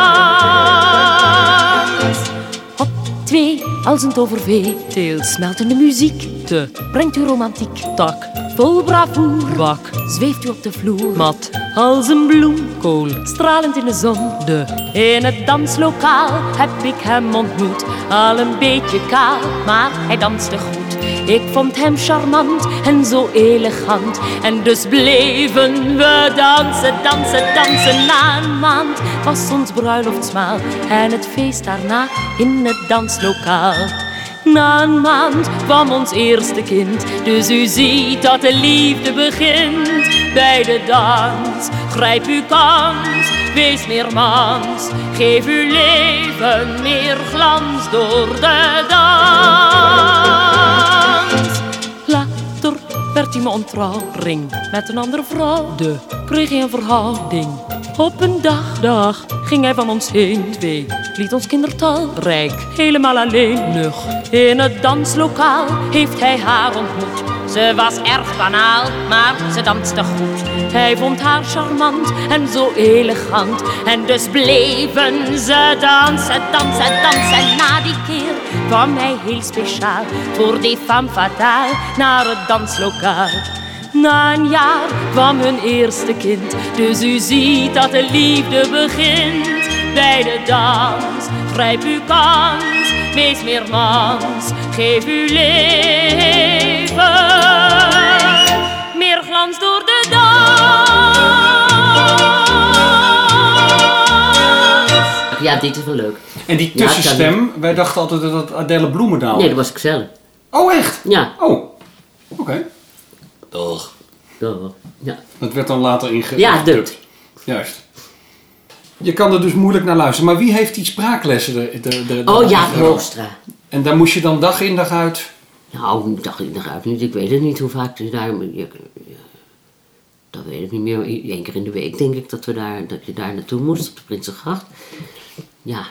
dans. Hop, twee, als een tovervee. Teel, smeltende muziek. Te, brengt u romantiek. Tak, vol bravoer. Bak, zweeft u op de vloer. Mat, als een bloemkool, stralend in de zon. De, in het danslokaal heb ik hem ontmoet. Al een beetje kaal, maar hij danste goed. Ik vond hem charmant en zo elegant. En dus bleven we dansen, dansen, dansen. Na een maand was ons bruiloftsmaal en het feest daarna in het danslokaal. Na een maand kwam ons eerste kind, dus u ziet dat de liefde begint. Bij de dans, grijp uw kans, wees meer mans. Geef uw leven meer glans door de dans. Later werd hij me ontrouw, ring met een andere vrouw. De kreeg hij een verhouding. Op een dag, dag ging hij van ons heen. Twee, liet ons kindertal rijk, helemaal alleen. Nug, in het danslokaal heeft hij haar ontmoet. Ze was erg banaal, maar ze danste goed. Hij vond haar charmant en zo elegant. En dus bleven ze dansen, dansen, dansen. Na die keer kwam hij heel speciaal voor die femme fatale naar het danslokaal. Na een jaar kwam hun eerste kind, dus u ziet dat de liefde begint. Bij de dans, grijp uw kans, wees meer mans. Geef uw leven meer glans door de dans. Ja, dit is wel leuk. En die tussenstem, ja, wij dachten altijd dat het Adele Bloemendaal. Nee, dat was ik zelf. Oh, echt? Ja. Oh, oké. Okay. Doch. Doch. Ja. Dat werd dan later inge... Ja, dat. Juist. Je kan er dus moeilijk naar luisteren. Maar wie heeft die spraaklessen? De, de, de, de oh ja, Hoofstra. En daar moest je dan dag in dag uit? Nou, dag in dag uit niet. Ik weet het niet hoe vaak je daar... Je, dat weet ik niet meer. Eén keer in de week denk ik dat, we daar, dat je daar naartoe moest. Op de Prinsengracht. Ja.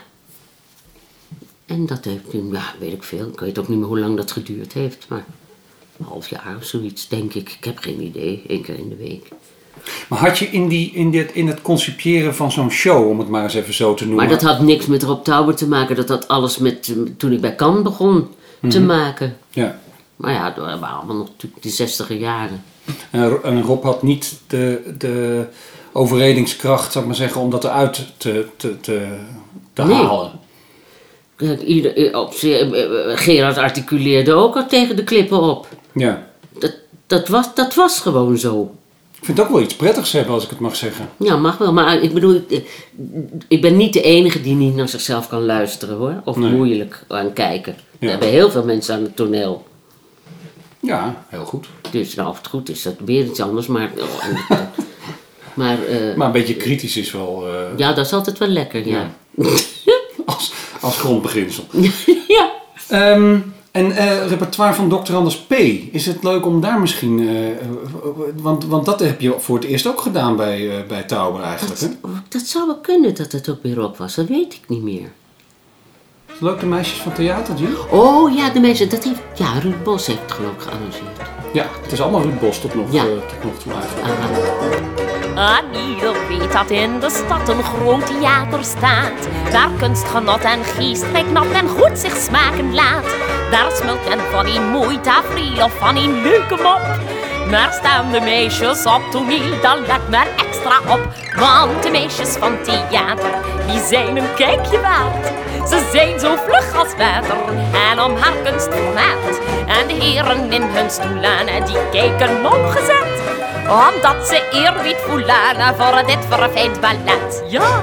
En dat heeft... Ja, weet ik veel. Ik weet ook niet meer hoe lang dat geduurd heeft. Maar een half jaar of zoiets, denk ik. Ik heb geen idee. Eén keer in de week. Maar had je in, die, in, dit, in het concipiëren van zo'n show, om het maar eens even zo te noemen... Maar dat had niks met Rob Tauber te maken. Dat had alles met, toen ik bij Cannes begon, mm-hmm. te maken. Ja. Maar ja, dat waren allemaal nog natuurlijk de zestiger jaren. En, en Rob had niet de, de overredingskracht, zou ik maar zeggen, om dat eruit te, te, te, te nee. halen. Kijk, ieder, op, Gerard articuleerde ook al tegen de klippen op. Ja. Dat, dat, was, dat was gewoon zo. Ik vind het ook wel iets prettigs hebben, als ik het mag zeggen. Ja, mag wel. Maar ik bedoel, ik, ik ben niet de enige die niet naar zichzelf kan luisteren, hoor. Of nee. moeilijk aan kijken. Ja. Er hebben heel veel mensen aan het toneel. Ja, heel goed. Dus nou, of het goed is, dat weer iets anders. Maar, maar, uh, maar een beetje kritisch is wel... Uh, ja, dat is altijd wel lekker, ja. ja. als, als grondbeginsel. ja. Um, En uh, repertoire van dokter Anders P. Is het leuk om daar misschien... Uh, want, want dat heb je voor het eerst ook gedaan bij, uh, bij Tauber eigenlijk, dat, hè? Dat zou wel kunnen dat het ook weer op was. Dat weet ik niet meer. Is het leuk, de meisjes van theater, Jim? Oh ja, de meisjes. Dat heeft... Ja, Ruud Bos heeft het geloof ik gearrangeerd. Ja, het is allemaal Ruud Bos tot nog, ja. uh, tot nog toe eigenlijk. Aan ieder weet weet dat in de stad een groot theater staat, waar kunstgenot en geestelijk nat en goed zich smaken laat. Daar smult men van een mooi tafereel of van een leuke mop. Maar staan de meisjes op toneel, dan let men extra op. Want de meisjes van theater, die zijn een kijkje waard. Ze zijn zo vlug als water en om haar kunst vermaard. En de heren in hun stoelen, die kijken opgezet, omdat ze eerbied voelen voor dit verfijnd ballet. Ja!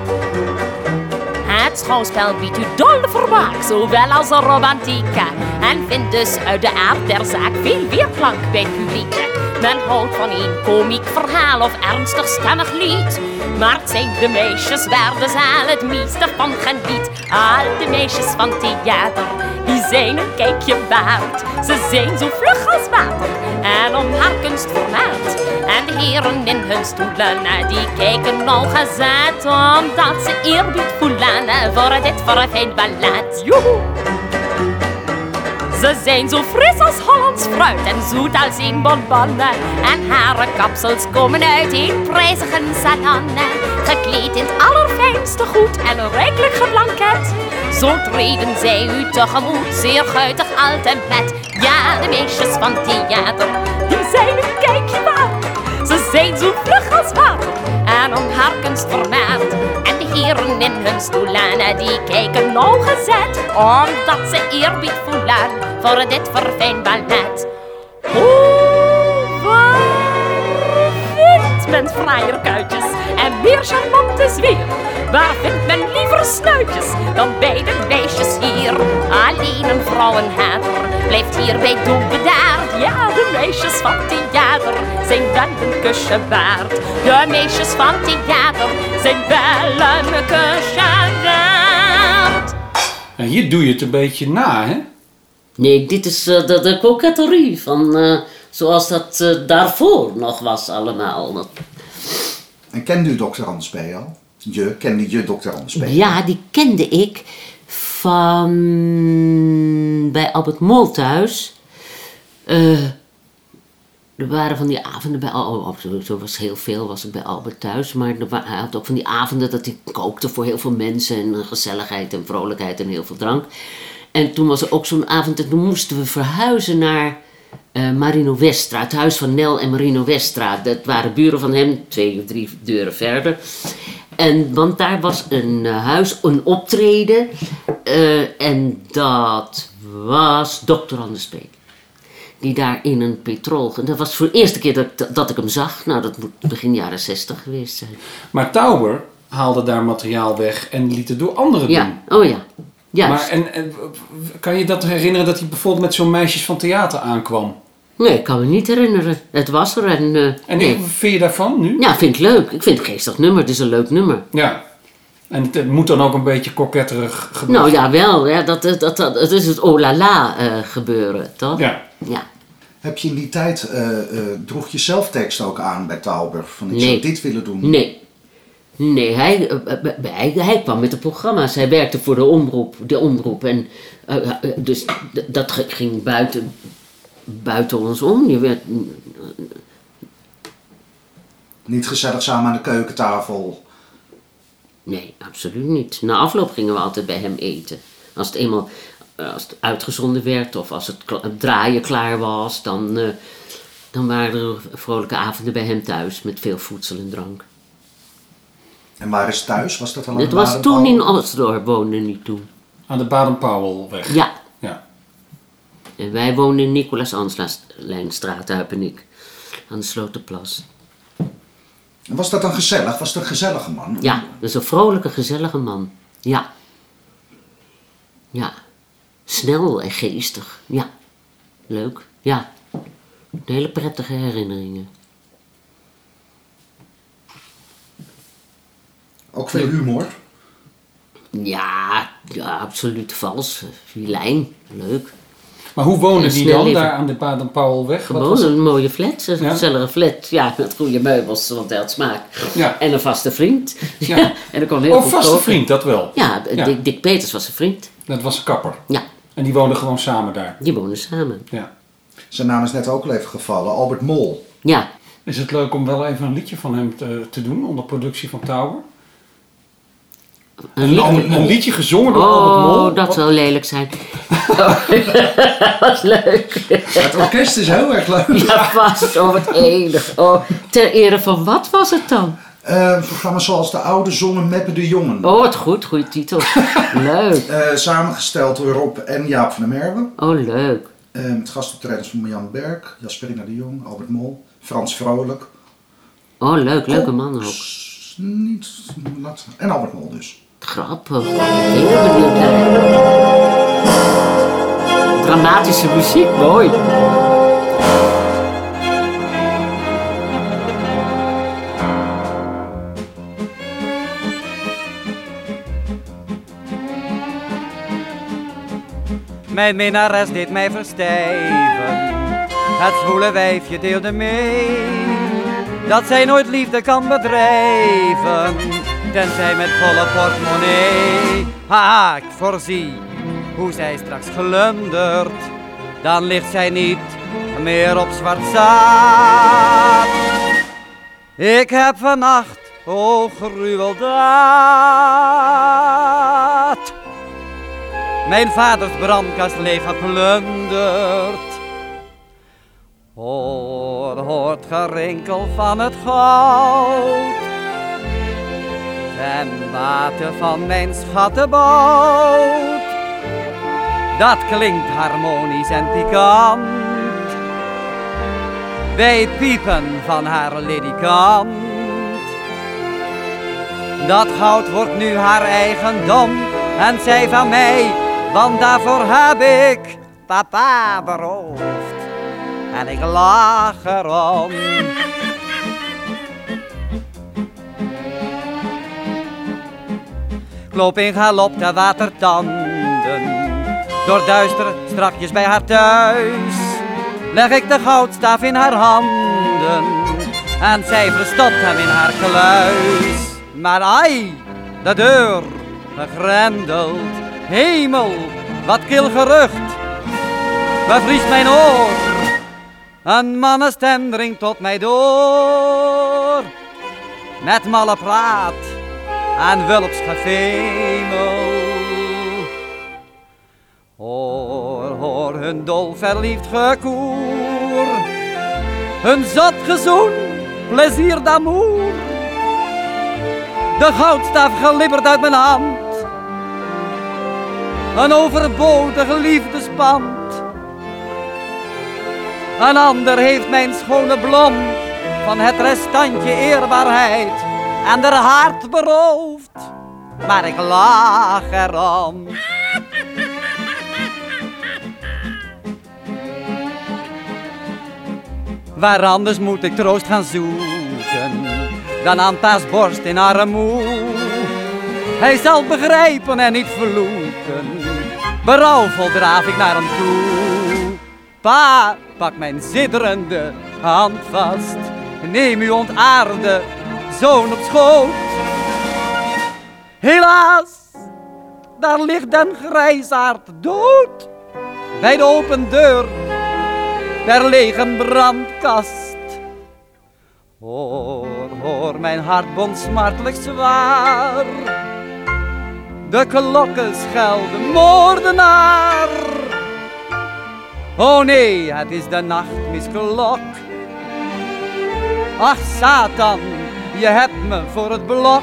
Het schouwspel biedt u dol vermaak, zowel als een romantiek. En vindt dus uit de aard der zaak veel weerklank bij het publiek. Men houdt van een komiek verhaal of ernstig stemmig lied. Maar het zijn de meisjes waar de zaal het meeste van geniet. Al de meisjes van theater, die zijn een kijkje waard. Ze zijn zo vlug als water en om haar kunst vermaard. En de heren in hun stoelen, die kijken nauwgezet, omdat ze eerbied voelen voor dit verfijnd ballet. Joehoe! Ze zijn zo fris als Hollands fruit en zoet als een bonbon. En haar kapsels komen uit een prijzige salon. Gekleed in het allerfijnste goed en rijkelijk geblanket. Zo treden zij u tegemoet, zeer guitig, alt en pet. Ja, de meisjes van theater, die zijn een kijkje waard. Ze zijn zo vlug als water en om haar kunst vermaard. En de heren in hun stoelen, die kijken nauwgezet, omdat ze eerbied voelen voor dit verfijnd ballet. Oh, waar vindt men fraaier kuitjes en meer charmante zweer? Waar vindt men liever snuitjes dan bij de meisjes hier? Alleen een vrouwenhater blijft hierbij doodbedaard. Ja, de meisjes van theater zijn wel een kusje waard. De meisjes van theater zijn wel een kusje waard. En hier doe je het een beetje na, hè? Nee, dit is uh, de, de coquetterie van uh, zoals dat uh, daarvoor nog was allemaal. En kende u dokter Anders P. al? Je, kende je dokter Anders P. Ja, die kende ik van bij Albert Mol thuis. Uh, er waren van die avonden bij Albert, zo was heel veel was ik bij Albert thuis, maar er wa- hij had ook van die avonden dat hij kookte voor heel veel mensen en gezelligheid en vrolijkheid en heel veel drank. En toen was er ook zo'n avond en toen moesten we verhuizen naar uh, Marino Westra, het huis van Nel en Marino Westra. Dat waren buren van hem, twee of drie deuren verder. En, want daar was een uh, huis, een optreden. Uh, en dat was dokter Anders P. Die daar in een petrol... Dat was voor de eerste keer dat, dat ik hem zag. Nou, dat moet begin jaren zestig geweest zijn. Maar Tauber haalde daar materiaal weg en liet het door anderen ja. doen. Oh ja, juist. Maar en, en, kan je dat herinneren dat hij bijvoorbeeld met zo'n meisjes van theater aankwam? Nee, ik kan me niet herinneren. Het was er en... Uh, en nee. vind je daarvan nu? Ja, vind ik leuk. Ik vind het een geestig nummer. Het is een leuk nummer. Ja. En het, het moet dan ook een beetje koketterig gebeuren? Nou ja, wel. Ja, dat, dat, dat, dat, het is het oh la la uh, gebeuren, toch? Ja. Ja. Heb je in die tijd, uh, uh, droeg je zelf tekst ook aan bij Tauber? Van ik nee. zou dit willen doen? Nee. Nee, hij, uh, hij, hij kwam met de programma's. Hij werkte voor de omroep. De omroep en, uh, uh, dus d- dat ging buiten, buiten ons om. Je werd... Niet gezellig samen aan de keukentafel? Nee, absoluut niet. Na afloop gingen we altijd bij hem eten. Als het eenmaal als het uitgezonden werd of als het, kla- het draaien klaar was, dan, uh, dan waren er vrolijke avonden bij hem thuis met veel voedsel en drank. En waar is thuis? Was dat al aan Het de was toen in Baden-Powell? Osdorp, woonde niet toen. Aan de Baden-Powellweg? Ja. ja. En wij woonden in Nicolaas Anslijnstraat, Huip en ik. Aan de Slotenplas. En was dat dan gezellig? Was dat een gezellige man? Ja, dat is een vrolijke, gezellige man. Ja. Ja. Snel en geestig. Ja. Leuk. Ja. Hele prettige herinneringen. Ook veel humor? Ja, ja, absoluut vals. Filijn. Leuk. Maar hoe woonde En die snel dan leven. daar aan de Baden-Powellweg? Gewoon een mooie flat, een Ja. gezellige flat. Ja, met goede meubels, want hij had smaak. Ja. En een vaste vriend. Ja. Ja. En er kwam heel Oh, goed vaste koken. vriend, dat wel. Ja, Ja. Dick, Dick Peters was een vriend. Dat was een kapper. Ja, En die woonden gewoon samen daar. die woonden samen. Ja. Zijn naam is net ook al even gevallen. Albert Mol. Ja, Is het leuk om wel even een liedje van hem te, te doen onder productie van Tauber? Een, een, een liedje gezongen door oh, Albert Mol. Oh, dat zou lelijk zijn. Oh, dat was leuk. Het orkest is heel erg leuk. Ja, vast. Oh, wat enig. Oh, ter ere van wat was het dan? Uh, een programma zoals De Oude zongen Meppe de Jongen. Oh, wat goed. Goeie titel. Leuk. Uh, samengesteld door Rob en Jaap van der Merwe. Oh, leuk. Uh, met gastoptredens van Marjan Berg, Jasperina de Jong, Albert Mol, Frans Vrolijk. Oh, leuk. Leuke man ook. Niet, not, en Albert Mol dus. Grappig. Heel benieuwd naar. Dramatische muziek, mooi. Mijn minnares deed mij verstijven, het zwoele wijfje deelde mee, dat zij nooit liefde kan bedrijven, tenzij met volle portemonnee. Ha, ik voorzie hoe zij straks glundert, dan ligt zij niet meer op zwart zaad. Ik heb vannacht, o gruweldaad, mijn vaders brandkast leeg geplunderd. Hoor, hoort gerinkel van het goud, ten bate van mijn schattenbout. Dat klinkt harmonisch en pikant, bij piepen van haar ledikant. Dat goud wordt nu haar eigendom en zij van mij, want daarvoor heb ik papa beroofd en ik lach erom. Ik loop in galop de watertanden, door duister strakjes bij haar thuis. Leg ik de goudstaaf in haar handen en zij verstopt hem in haar kluis. Maar ai, de deur gegrendeld, hemel, wat kil gerucht, bevriest mijn oor. Een mannenstem dringt tot mij door, met malle praat en wulps gefemel. Hoor, hoor hun dol verliefd gekoer, hun zot gezoen, plezier d'amour. De goudstaaf glibbert uit mijn hand, een overbodige liefdespand. Een ander heeft mijn schone blom van het restantje eerbaarheid en haar hart beroofd, maar ik lach erom. Waar anders moet ik troost gaan zoeken dan aan pa's borst in armoe. Hij zal begrijpen en niet verloeken, berouwvol draaf ik naar hem toe. Pa, pak mijn sidderende hand vast, neem uw ontaarde zoon op schoot. Helaas, daar ligt den grijsaard dood, bij de open deur der lege brandkast. Hoor, hoor, mijn hart bond smartelijk zwaar, de klokken schelden, moordenaar. Oh nee, het is de nachtmisklok. Ach Satan, je hebt me voor het blok.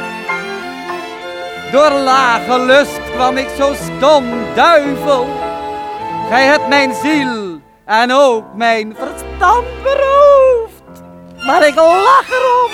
Door lage lust kwam ik zo stom, duivel. Gij hebt mijn ziel en ook mijn verstand beroofd, maar ik lach erom.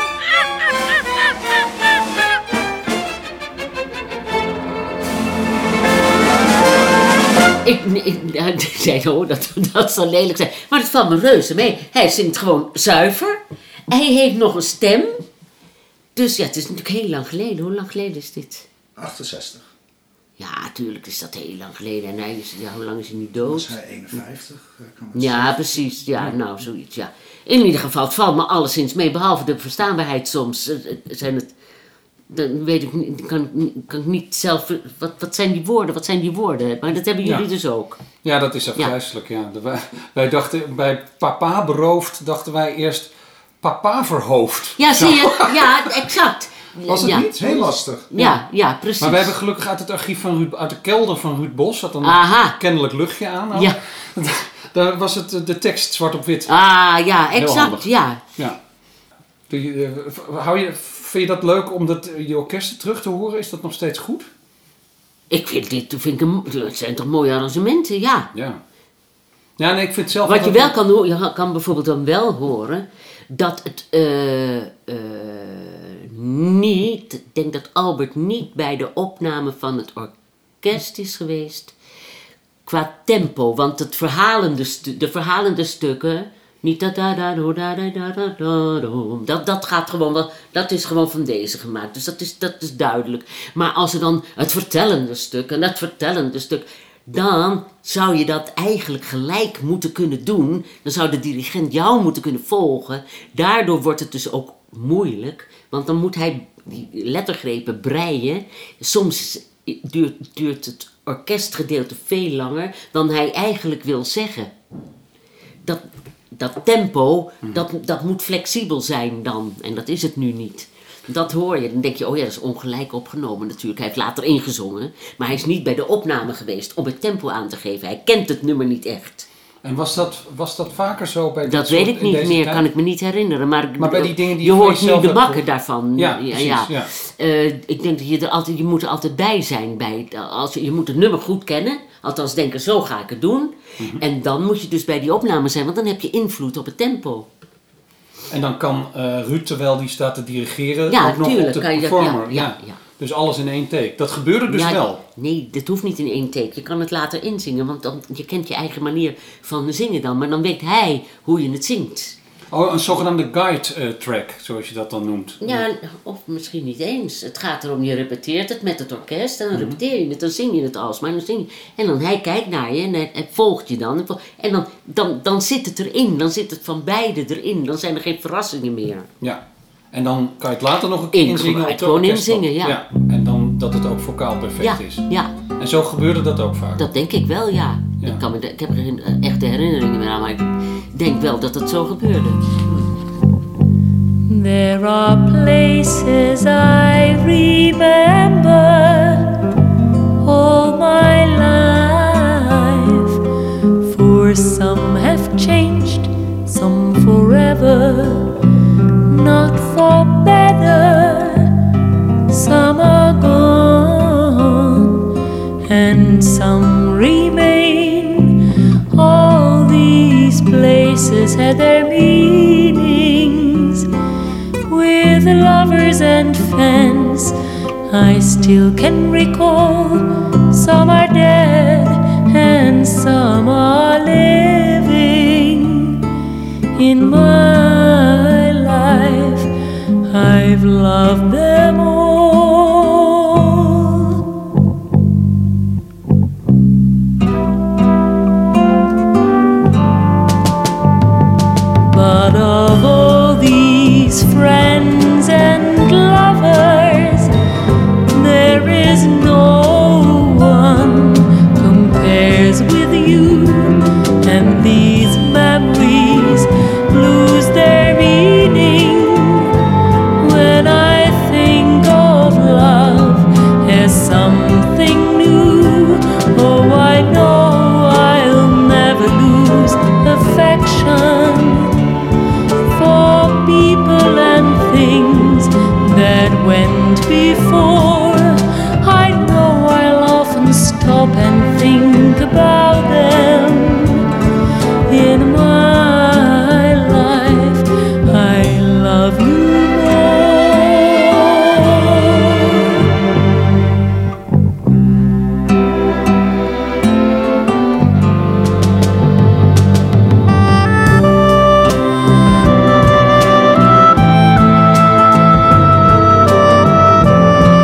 Ik, ik, ik zei, oh, dat, dat zal lelijk zijn. Maar het valt me reuze mee. Hij zingt gewoon zuiver. Hij heeft nog een stem. Dus ja, het is natuurlijk heel lang geleden. Hoe lang geleden is dit? achtenzestig. Ja, natuurlijk is dat heel lang geleden. En hij is, ja, hoe lang is hij nu dood? Was hij eenenvijftig? Kan het ja, zeggen. precies. Ja, nou, zoiets, ja. In ieder geval, het valt me alleszins mee. Behalve de verstaanbaarheid soms. Zijn het... Dan weet ik niet, kan, kan ik niet zelf... Wat, wat zijn die woorden? Wat zijn die woorden? Maar dat hebben jullie ja. dus ook. Ja, dat is afgrijselijk, ja. ja. De, wij, wij dachten, bij papa beroofd, dachten wij eerst... papaverhoofd. Ja, zie je? Ja, exact. Was het ja. niet? Heel lastig. Ja, ja, precies. Maar we hebben gelukkig uit het archief van Ruud, uit de kelder van Ruud Bos, zat dan Aha. een kennelijk luchtje aan. Nou, Ja. Daar was het de tekst zwart op wit. Ah, ja, Heel exact, handig. ja. Ja. Doe je, uh, hou je, vind je dat leuk om dat, je orkesten terug te horen? Is dat nog steeds goed? Ik vind dit, vind ik een, het zijn toch mooie arrangementen, ja. Ja. Ja, nee, ik vind zelf... Wat je wel kan horen, je kan bijvoorbeeld dan wel horen dat het uh, uh, niet, ik denk dat Albert niet bij de opname van het orkest is geweest qua tempo, want het verhalende stu- de verhalende stukken, niet da da da da da da da da da, dat, dat gaat gewoon wel, dat is gewoon van deze gemaakt, dus dat is, dat is duidelijk. Maar als er dan het vertellende stuk en dat vertellende stuk, dan zou je dat eigenlijk gelijk moeten kunnen doen. Dan zou de dirigent jou moeten kunnen volgen. Daardoor wordt het dus ook moeilijk. Want dan moet hij die lettergrepen breien. Soms duurt, duurt het orkestgedeelte veel langer dan hij eigenlijk wil zeggen. Dat, dat tempo, dat, dat moet flexibel zijn dan. En dat is het nu niet. Dat hoor je. Dan denk je, oh ja, dat is ongelijk opgenomen natuurlijk. Hij heeft later ingezongen. Maar hij is niet bij de opname geweest om het tempo aan te geven. Hij kent het nummer niet echt. En was dat, was dat vaker zo bij dit Dat soort, weet ik in niet deze meer, tijd? kan ik me niet herinneren. Maar, Maar bij die dingen die je je hoort voor nu jezelf de hebt bakken gehoord. daarvan. Ja, precies, ja. Uh, ik denk dat je er altijd, je moet er altijd bij zijn. Bij, als je, je moet het nummer goed kennen. Althans denken, zo ga ik het doen. Mm-hmm. En dan moet je dus bij die opname zijn, want dan heb je invloed op het tempo. En dan kan uh, Ruud, terwijl die staat te dirigeren, ja, ook nog tuurlijk, op de kan je dat, performer. ja, ja, ja. ja. Dus alles in één take. Dat gebeurde dus ja, wel. Nee, dat hoeft niet in één take. Je kan het later inzingen, want dan, je kent je eigen manier van zingen dan. Maar dan weet hij hoe je het zingt. Oh, een zogenaamde guide uh, track, zoals je dat dan noemt. Ja, of misschien niet eens. Het gaat erom, je repeteert het met het orkest en dan mm-hmm. repeteer je het, dan zing je het alsmaar. Dan zing je. En dan hij kijkt naar je en hij, hij volgt je dan. En dan, dan, dan zit het erin, dan zit het van beide erin. Dan zijn er geen verrassingen meer. Ja, en dan kan je het later nog een keer inzingen op de gewoon inzingen, ja. ja. En dan dat het ook vocaal perfect ja, is. Ja. En zo gebeurde dat ook vaak? Dat denk ik wel, ja. ja. Ik, kan me de, ik heb er geen echte herinneringen meer aan, maar ik denk wel dat het zo gebeurde. There are places I remember all my life, for some have changed, some forever, not for better, some are gone and some remain. All these places had their meanings, with lovers and friends I still can recall. Some are dead and some are living. In my life I've loved them all. But of all these friends and lovers, there is no one compares with you, and these memories lose their meaning when I think of love as something new. Oh, I know I'll never lose affection for people and things that went before. I know I'll often stop and think about them. In my life I love you more.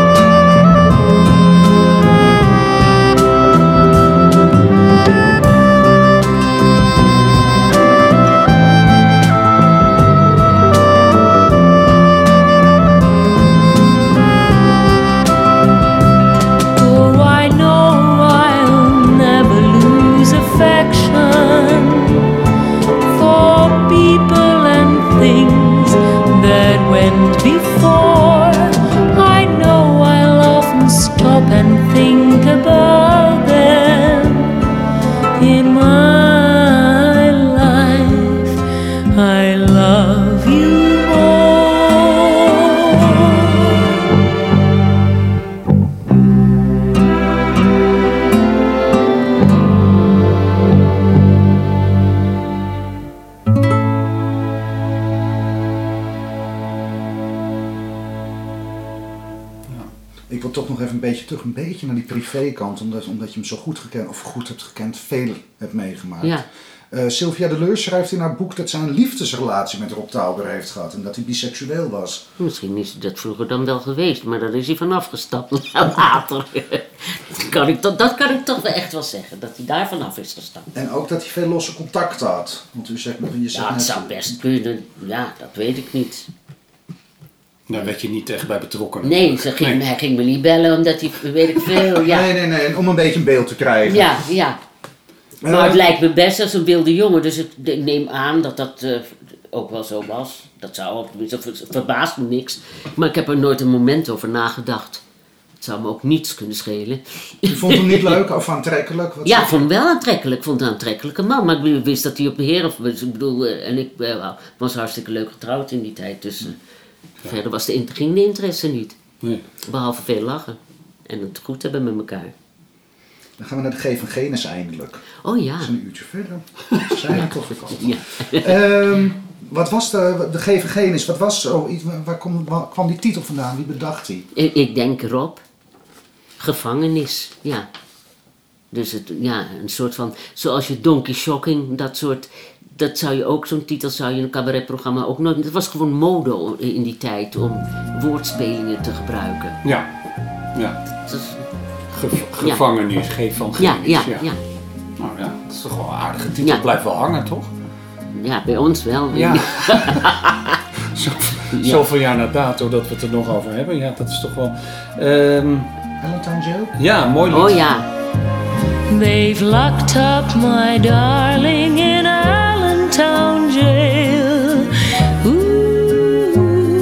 Ik wil toch nog even een beetje terug, een beetje naar die privékant, omdat, omdat je hem zo goed gekend, of goed hebt gekend, veel hebt meegemaakt. Ja. Uh, Sylvia de Leur schrijft in haar boek dat zij een liefdesrelatie met Rob Tauber heeft gehad en dat hij biseksueel was. Misschien is dat vroeger dan wel geweest, maar daar is hij vanaf gestapt later. dat, kan ik toch, dat kan ik toch wel echt wel zeggen, dat hij daar vanaf is gestapt. En ook dat hij veel losse contacten had. Want u zegt, je zegt ja, het net... zou best kunnen. Ja, dat weet ik niet. Daar werd je niet echt bij betrokken. Nee, ze ging, nee. hij ging me niet bellen omdat hij, weet ik veel, ja. Nee, nee, nee, om een beetje een beeld te krijgen. Ja, ja. Maar uh, het lijkt me best als een wilde jongen, dus ik neem aan dat dat uh, ook wel zo was. Dat zou ook, tenminste, het verbaast me niks. Maar ik heb er nooit een moment over nagedacht. Het zou me ook niets kunnen schelen. U vond hem niet leuk of aantrekkelijk? Wat ja, ik vond hem wel aantrekkelijk. Ik vond hem een aantrekkelijke man. Maar ik wist dat hij op beheer of ik bedoel, uh, en ik uh, was hartstikke leuk getrouwd in die tijd. Dus uh, ja. verder was de, ging de interesse niet. Nee. Behalve veel lachen. En het goed hebben met elkaar. Dan gaan we naar de G van Genis eindelijk. Oh ja. Dat is een uurtje verder. Dat zijn we toch weer al. Ja. um, wat was de, de G van Genis? Wat was zo? Waar kwam, waar kwam die titel vandaan? Wie bedacht die? Ik, ik denk erop. Gevangenis, ja. Dus het, ja, een soort van, zoals je Donkey Shocking, dat soort, dat zou je ook, zo'n titel zou je in een cabaretprogramma ook nooit, het was gewoon mode in die tijd om woordspelingen te gebruiken. Ja, ja. Dat is, Ge- gevangenis, ja. G van Genis. Ja, ja, ja, ja. Nou ja, dat is toch wel een aardige titel, ja. Blijft wel hangen, toch? Ja, bij ons wel. Ja. Zo, ja. Zoveel jaar na dato dat we het er nog over hebben, ja, dat is toch wel... Um, Allentown Jail? Ja, mooi lied. Oh ja. They've locked up my darling in Allentown Jail. Ooh.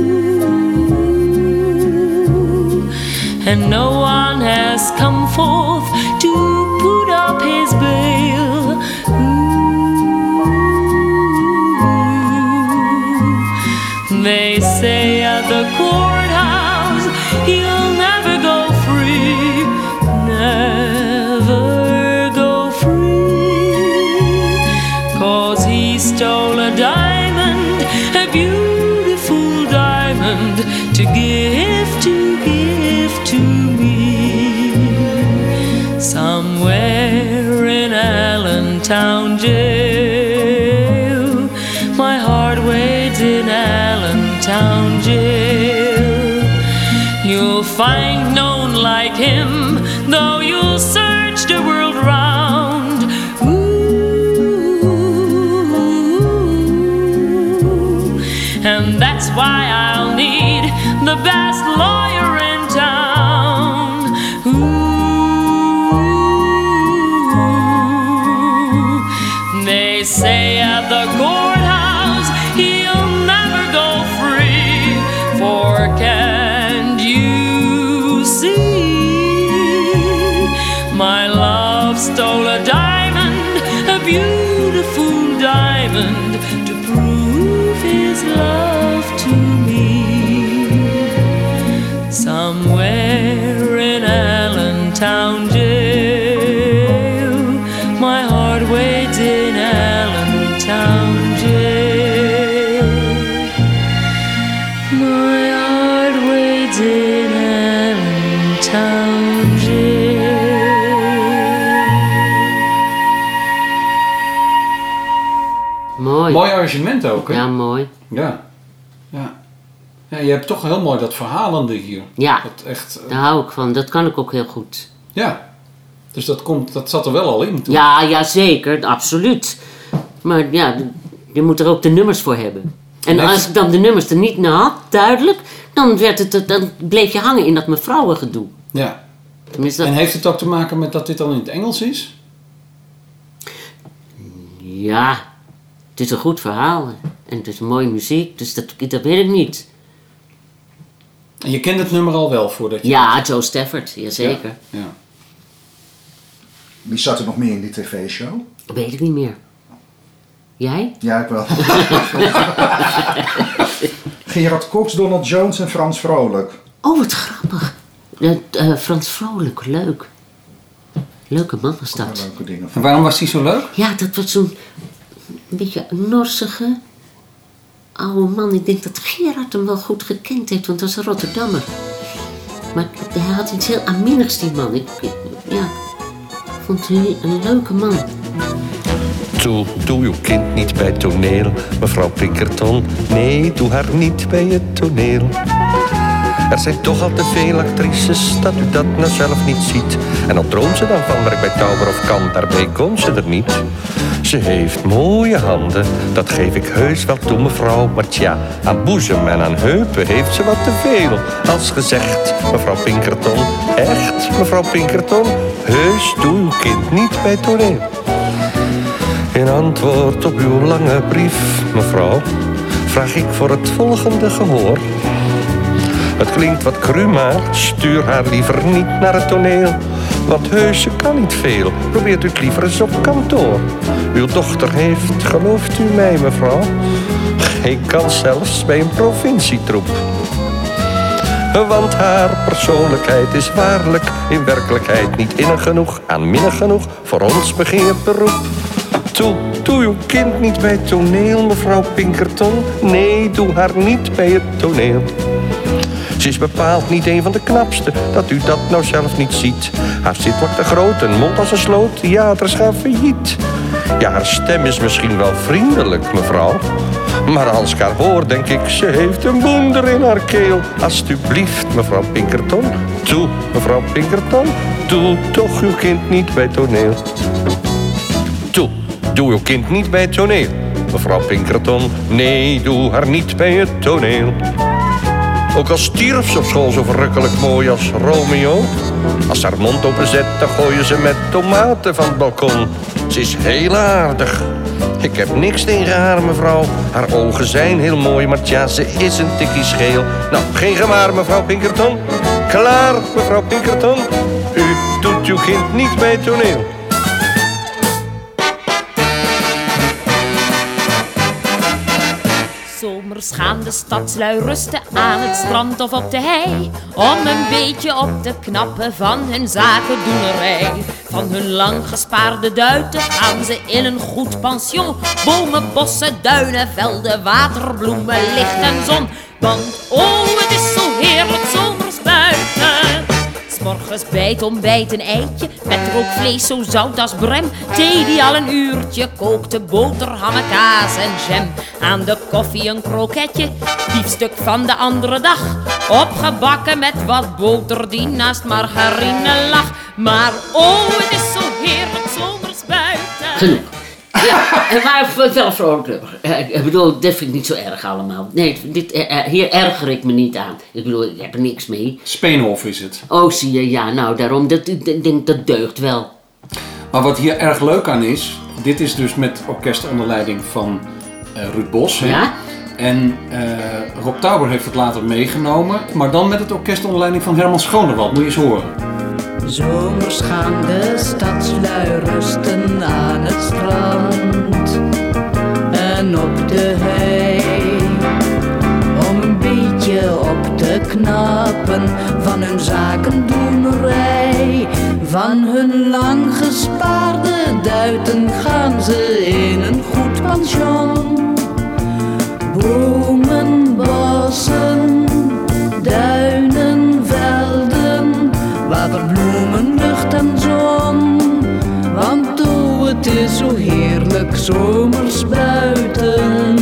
And no one has come forth to put up his bail. Ooh. They say at the courthouse he'll never go free. Never go free, 'cause he stole a diamond, a beautiful diamond, to give, to give to me. Somewhere in Allentown Jail, my heart waits in Allentown Jail. You'll find none like him, though you'll search the world round. Ooh. And that's why I'll need the best lawyer in town. Ooh. They say at the courthouse he'll never go free, for can you see? My love stole a diamond, a beautiful diamond, to prove his love to me. Somewhere in Allentown Jail, my heart waits in Allentown Jail. My heart waits in Allentown Jail. Mooi. Mooi arrangement ook, hè? Ja, mooi. Ja. Ja. Ja, je hebt toch heel mooi dat verhalende hier. Ja, dat echt, uh... daar hou ik van. Dat kan ik ook heel goed. Ja. Dus dat, komt, dat zat er wel al in toen. Ja, ja, zeker. Absoluut. Maar ja, je moet er ook de nummers voor hebben. En nee, als ik dan de nummers er niet naar had, duidelijk, dan, werd het, dan bleef je hangen in dat mevrouwengedoe. Ja. Tenminste, dat... En heeft het ook te maken met dat dit dan in het Engels is? Ja, het is een goed verhaal. En het is mooie muziek, dus dat, dat weet ik niet. En je kent het nummer al wel voordat je... Ja, Joe Stafford, jazeker. Ja, ja. Wie zat er nog meer in die tv-show? Weet ik niet meer. Jij? Ja, ik wel. Gerard Cox, Donald Jones en Frans Vrolijk. Oh, wat grappig. Uh, uh, Frans Vrolijk, leuk. Leuke man was dat. Leuke dingen. En waarom was hij zo leuk? Ja, dat was zo'n een beetje norsige oude man. Ik denk dat Gerard hem wel goed gekend heeft, want dat was een Rotterdammer. Maar hij had iets heel aanminnigs, die man. Ik, ik, ja, ik vond hij een leuke man. Toe, doe uw kind niet bij toneel, mevrouw Pinkerton. Nee, doe haar niet bij het toneel. Er zijn toch al te veel actrices dat u dat nou zelf niet ziet. En al droomt ze dan van werk bij Tauber of Kan, daarbij komt ze er niet. Ze heeft mooie handen, dat geef ik heus wel toe, mevrouw. Maar tja, aan boezem en aan heupen heeft ze wat te veel. Als gezegd, mevrouw Pinkerton, echt, mevrouw Pinkerton, heus doe uw kind niet bij toneel. In antwoord op uw lange brief, mevrouw, vraag ik voor het volgende gehoor. Het klinkt wat cru, maar stuur haar liever niet naar het toneel. Want heus, ze kan niet veel, probeert u het liever eens op kantoor. Uw dochter heeft, gelooft u mij mevrouw, geen kans zelfs bij een provincietroep. Want haar persoonlijkheid is waarlijk in werkelijkheid niet innig genoeg, aanminnig genoeg voor ons begeerd beroep. Toe, doe uw kind niet bij het toneel, mevrouw Pinkerton. Nee, doe haar niet bij het toneel. Ze is bepaald niet een van de knapste, dat u dat nou zelf niet ziet. Haar zit wat te groot, een mond als een sloot, theaters gaan failliet. Ja, haar stem is misschien wel vriendelijk, mevrouw. Maar als ik haar hoor, denk ik, ze heeft een boender in haar keel. Alsjeblieft, mevrouw Pinkerton, toe, mevrouw Pinkerton, doe toch uw kind niet bij toneel. Toe, doe uw kind niet bij het toneel, mevrouw Pinkerton. Nee, doe haar niet bij het toneel. Ook al stierf ze op school zo verrukkelijk mooi als Romeo. Als ze haar mond openzet, dan gooien ze met tomaten van het balkon. Ze is heel aardig. Ik heb niks tegen haar, mevrouw. Haar ogen zijn heel mooi, maar tja, ze is een tikkie scheel. Nou, geen gemaar, mevrouw Pinkerton. Klaar, mevrouw Pinkerton. U doet uw kind niet bij het toneel. Zomers gaan de stadslui rusten aan het strand of op de hei, om een beetje op te knappen van hun zakendoenerij. Van hun lang gespaarde duiten gaan ze in een goed pension. Bomen, bossen, duinen, velden, water, bloemen, licht en zon. Want oh, het is zo heerlijk zomers buiten. 's Morgens bij het ontbijt een eitje met rookvlees zo zout als brem. Thee die al een uurtje kookte, boterhammen, kaas en jam. Aan de koffie een kroketje, biefstuk van de andere dag. Opgebakken met wat boter die naast margarine lag. Maar oh, het is zo heerlijk zomers buiten. Genoeg. Ja, maar wel vrolijk. Ik bedoel, dit vind ik niet zo erg allemaal. Nee, dit, hier erger ik me niet aan. Ik bedoel, ik heb er niks mee. Speenhof is het. Oh, zie je, ja, nou daarom, dat, ik denk dat deugt wel. Maar wat hier erg leuk aan is, dit is dus met orkest onder leiding van uh, Ruud Bos. Hè? Ja? En uh, Rob Tauber heeft het later meegenomen, maar dan met het orkest onder leiding van Herman Schonewald. Moet je eens horen. Zomers gaan de stadslui rusten aan het strand en op de hei, om een beetje op te knappen van hun zakendoenerij. Van hun lang gespaarde duiten gaan ze in een goed pension. Bomen, bossen, duinen, velden, water, bloemen, lucht en zon. Want oh, het is zo heerlijk zomers buiten.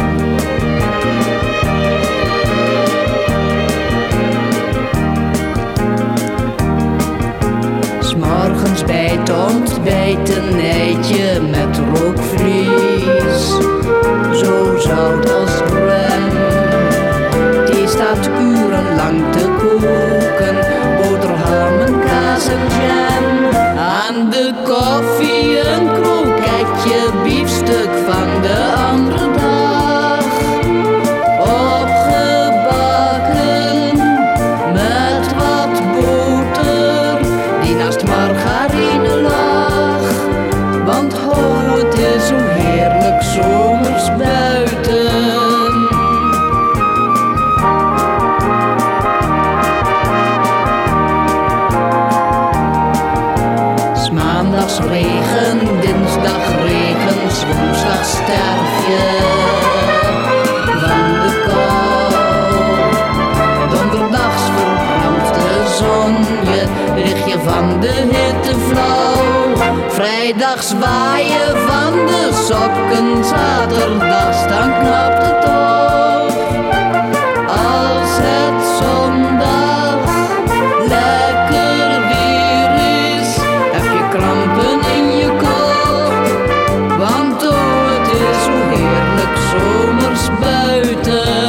's Morgens bij het ontbijt een eitje met rookvlees, zo zout als brem. Die staat urenlang te koken, boterhammen, kaas en jam. Aan de koffie een kroketje, biefstuk van de andere dag. Opgebakken met wat boter, die naast margarine lag. Want ho, het is zo heerlijk zomers buiten. van de hitte flauw. Vrijdags waaien van de sokken, zaterdags dan knapt het op. Als het zondag lekker weer is, heb je krampen in je kop. Want oh, het is zo heerlijk zomers buiten.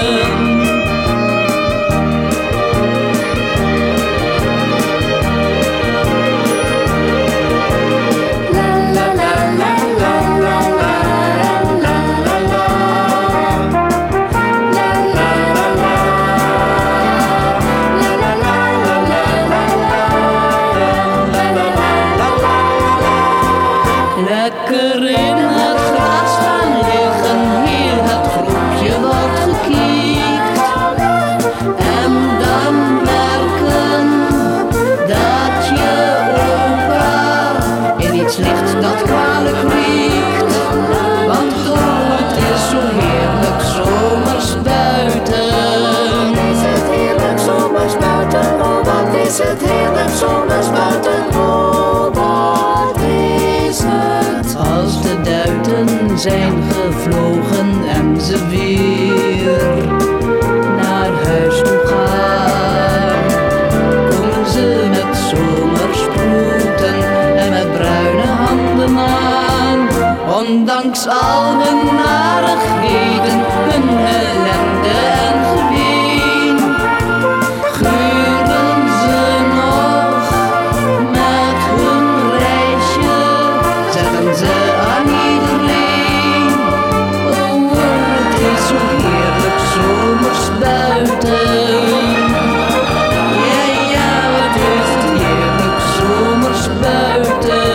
Lekker in het gras gaan liggen, heel het groepje wordt gekiekt. En dan merken dat je opa in iets ligt dat kwalijk riekt. Want oh, het is zo heerlijk zomers buiten. Is het heerlijk zomers buiten, oh wat is het heerlijk zomers buiten, oh wat is het. Als de duiten zijn gevlogen en ze weer naar huis toe gaan, komen ze met zomersproeten en met bruine handen aan. Ondanks al hun narigheden, hun ellende en geween, geuren ze nog met hun reisje, zeggen ze aan iedereen. Oh, het is zo heerlijk zomers buiten. Ja, ja, het is het heerlijk zomers buiten.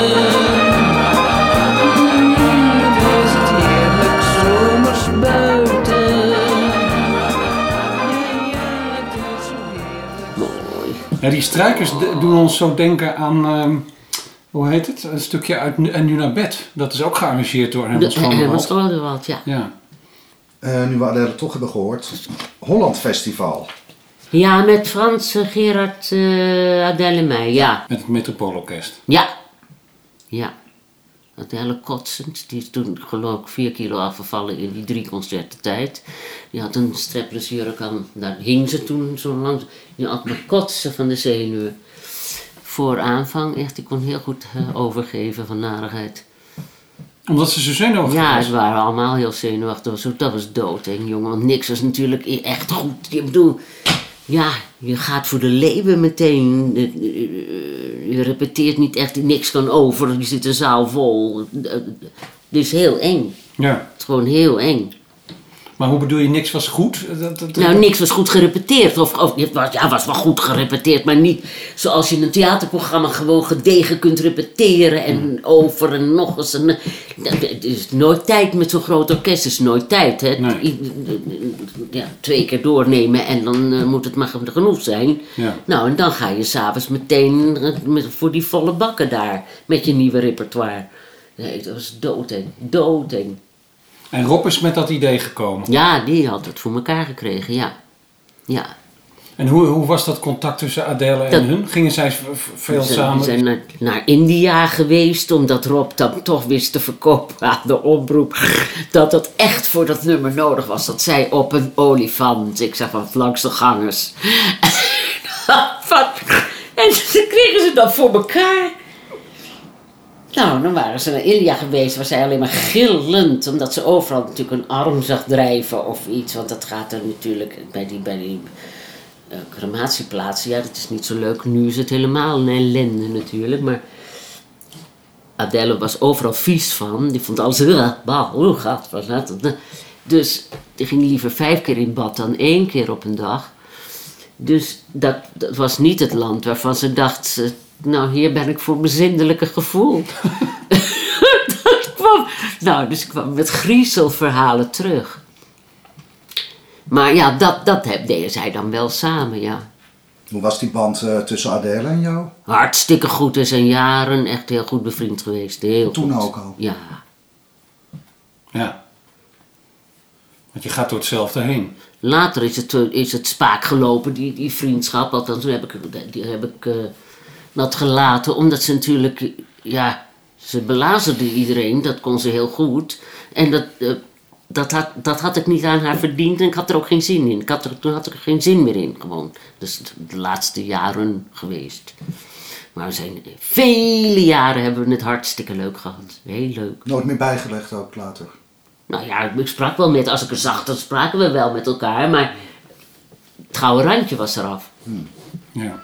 Mm, het is het heerlijk zomers buiten. Ja, ja, het is zo heerlijk. Mooi. Ja, die strijkers d- doen ons zo denken aan, ehm, hoe heet het? Een stukje uit Nu- En Nu naar bed. Dat is ook gearrangeerd door Herman De- Herman Schonewald. Schonewald, ja. Ja. Eh, nu we Adele toch hebben gehoord. Holland Festival. Ja, met Frans, eh, Gerard, eh Adele en mij, ja. Met het Metropoolorkest. Ja. Ja. Adele kotsend, die is toen geloof ik vier kilo afgevallen in die drie concerten tijd. Die had een strapless aan, daar hing ze toen zo lang. Die had me kotsen van de zenuwen. Voor aanvang, echt, die kon heel goed eh, overgeven van narigheid. Omdat ze zo zenuwachtig Ja, was. ze waren allemaal heel zenuwachtig. Dat was, dat was doodeng, jongen. Want niks was natuurlijk echt goed. Ik bedoel, ja, je gaat voor de leeuwen meteen. Je repeteert niet echt, niks kan over. Je zit een zaal vol. Het is heel eng. Ja. Het is gewoon heel eng. Maar hoe bedoel je, niks was goed? Dat, dat, Nou, niks was goed gerepeteerd. Of, of het was, ja, was wel goed gerepeteerd, maar niet zoals je in een theaterprogramma gewoon gedegen kunt repeteren en over en nog eens. En, het is nooit tijd met zo'n groot orkest, het is nooit tijd. Hè? Nee. Ja, twee keer doornemen en dan uh, moet het maar genoeg zijn. Ja. Nou, en dan ga je s'avonds meteen uh, met, voor die volle bakken daar met je nieuwe repertoire. Nee, dat was doodeng, doodeng. En Rob is met dat idee gekomen. Ja, die had het voor elkaar gekregen, ja. Ja. En hoe, hoe was dat contact tussen Adele en Dat- hun? Gingen zij v- v- veel We zijn, samen? we zijn naar, naar India geweest, omdat Rob dan toch wist te verkopen aan de omroep. Dat het echt voor dat nummer nodig was. Dat zij op een olifant, ik zeg van langs de gangers. En ze kregen ze dat voor elkaar. Nou, dan waren ze naar India geweest, waar zij alleen maar gillend, omdat ze overal natuurlijk een arm zag drijven of iets. Want dat gaat er natuurlijk bij die, bij die uh, crematieplaatsen. Ja, dat is niet zo leuk. Nu is het helemaal een ellende natuurlijk, maar Adele was overal vies van. Die vond alles, uh, bah, hoe gaat was dat? Dus die ging liever vijf keer in bad dan één keer op een dag. Dus dat, dat was niet het land waarvan ze dacht, uh, nou, hier ben ik voor mijn zindelijke gevoel. dat kwam, nou, dus ik kwam met griezelverhalen terug. Maar ja, dat, dat heb, deden zij dan wel samen, ja. Hoe was die band uh, tussen Adele en jou? Hartstikke goed, er zijn jaren echt heel goed bevriend geweest. Heel Toen goed. ook al? Ja. Ja. Want je gaat door hetzelfde heen. Later is het, uh, is het spaak gelopen, die, die vriendschap. Althans, toen heb ik, die heb ik uh, dat gelaten. Omdat ze natuurlijk, ja, ze belazerde iedereen. Dat kon ze heel goed. En dat, uh, dat, had, dat had ik niet aan haar verdiend en ik had er ook geen zin in. Ik had er, toen had ik er geen zin meer in, gewoon. Dus de laatste jaren geweest. Maar we zijn, vele jaren hebben we het hartstikke leuk gehad. Heel leuk. Nooit meer bijgelegd ook later? Nou ja, ik sprak wel met, als ik er zag, dan spraken we wel met elkaar. Maar het gouden randje was eraf. Hmm. Ja.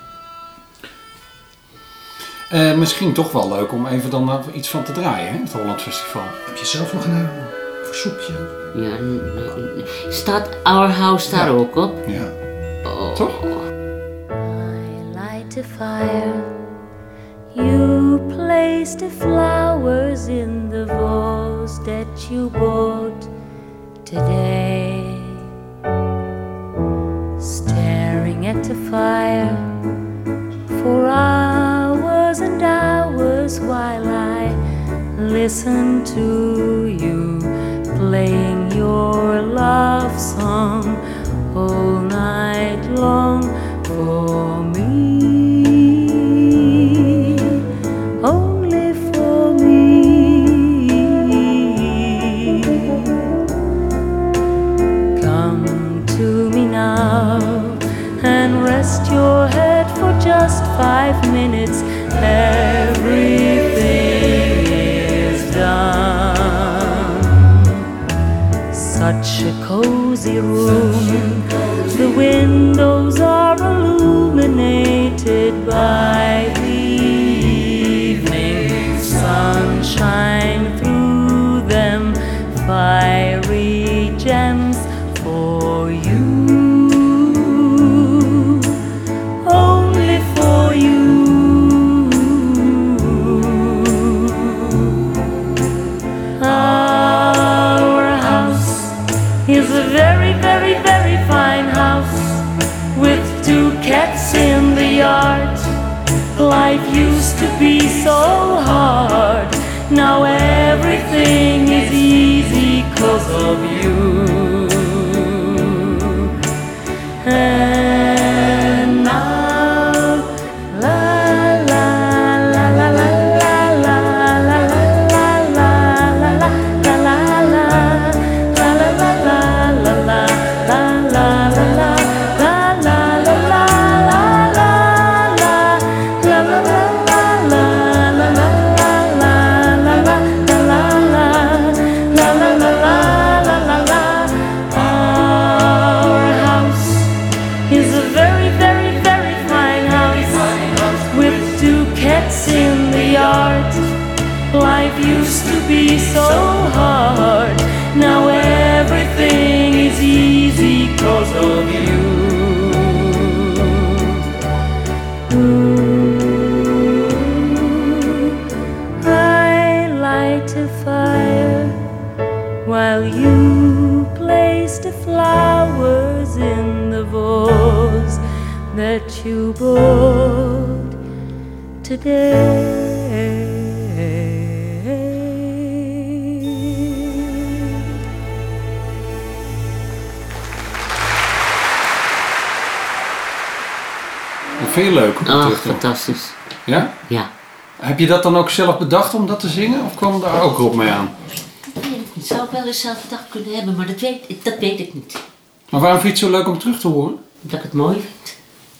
Uh, misschien toch wel leuk om even dan uh, iets van te draaien, hè? Het Holland Festival. Heb je zelf nog een uh, verzoekje? Ja, n- n- staat Our House daar ja. ook op? Ja. Oh. Toch? I light a fire. You placed the flowers in the vase that you bought today. Staring at the fire for hours and hours while I listen to you playing your love song all night long for me. Only for me. Come to me now and rest your head for just five minutes. Everything is done. Such a cozy room. The windows are illuminated by the sunshine through them, fiery gems for you, only for you. Our house is a very, very, very fine house with two cats in the yard. Life used to be so hard. Now everything is easy 'cause of you. And now la la la la la la la la la la la la la la Life used to be so hard. Now everything is easy 'cause of you. Ooh, I light a fire while you place the flowers in the vase that you bought today. Vind je leuk om Oh, terug te doen? fantastisch. Ja? Ja. Heb je dat dan ook zelf bedacht om dat te zingen? Of kwam daar ook Rob mee aan? Dat weet ik niet. Zou ik wel eens zelf bedacht kunnen hebben, maar dat weet, dat weet ik niet. Maar waarom vind je het zo leuk om terug te horen? Dat ik het mooi vind.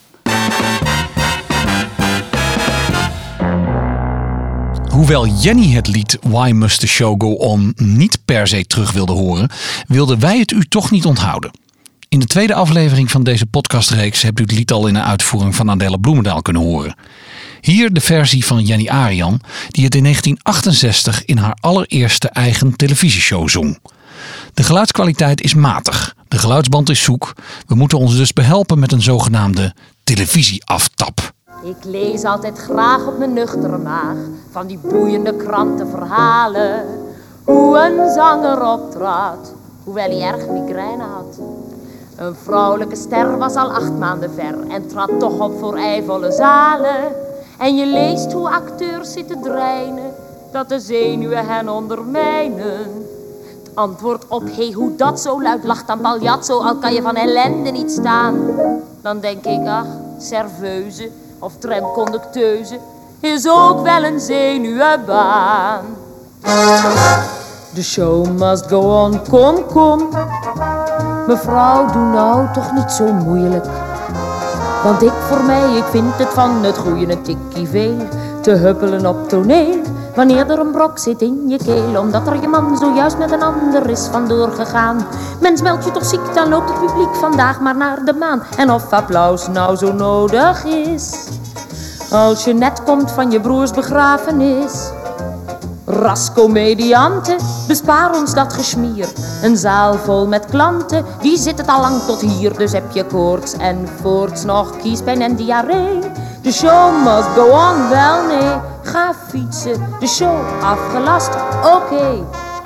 Hoewel Jenny het lied Why Must the Show Go On niet per se terug wilde horen, wilden wij het u toch niet onthouden. In de tweede aflevering van deze podcastreeks hebt u het lied al in een uitvoering van Adele Bloemendaal kunnen horen. Hier de versie van Jenny Arian, die het in negentien achtenzestig in haar allereerste eigen televisieshow zong. De geluidskwaliteit is matig, de geluidsband is zoek. We moeten ons dus behelpen met een zogenaamde televisieaftap. Ik lees altijd graag op mijn nuchtere maag van die boeiende krantenverhalen. Hoe een zanger optrad, hoewel hij erg migraine had. Een vrouwelijke ster was al acht maanden ver en trad toch op voor eivolle zalen. En je leest hoe acteurs zitten dreinen, dat de zenuwen hen ondermijnen. Het antwoord op, hé, hoe dat zo luid lacht aan Pagliazzo, al kan je van ellende niet staan. Dan denk ik, ach, serveuze, of tramconducteuse is ook wel een zenuwenbaan. The show must go on, kom, kom. Mevrouw, doe nou toch niet zo moeilijk. Want ik voor mij, ik vind het van het goeie een tikkie veel. Te huppelen op toneel, wanneer er een brok zit in je keel. Omdat er je man zojuist met een ander is vandoor gegaan. Mens, meld je toch ziek, dan loopt het publiek vandaag maar naar de maan. En of applaus nou zo nodig is, als je net komt van je broers begrafenis. Rascomedianten, bespaar ons dat geschmier. Een zaal vol met klanten, die zit het al lang tot hier. Dus heb je koorts en voorts nog kiespijn en diarree. De show must go on, wel nee. Ga fietsen, de show afgelast, oké. Okay.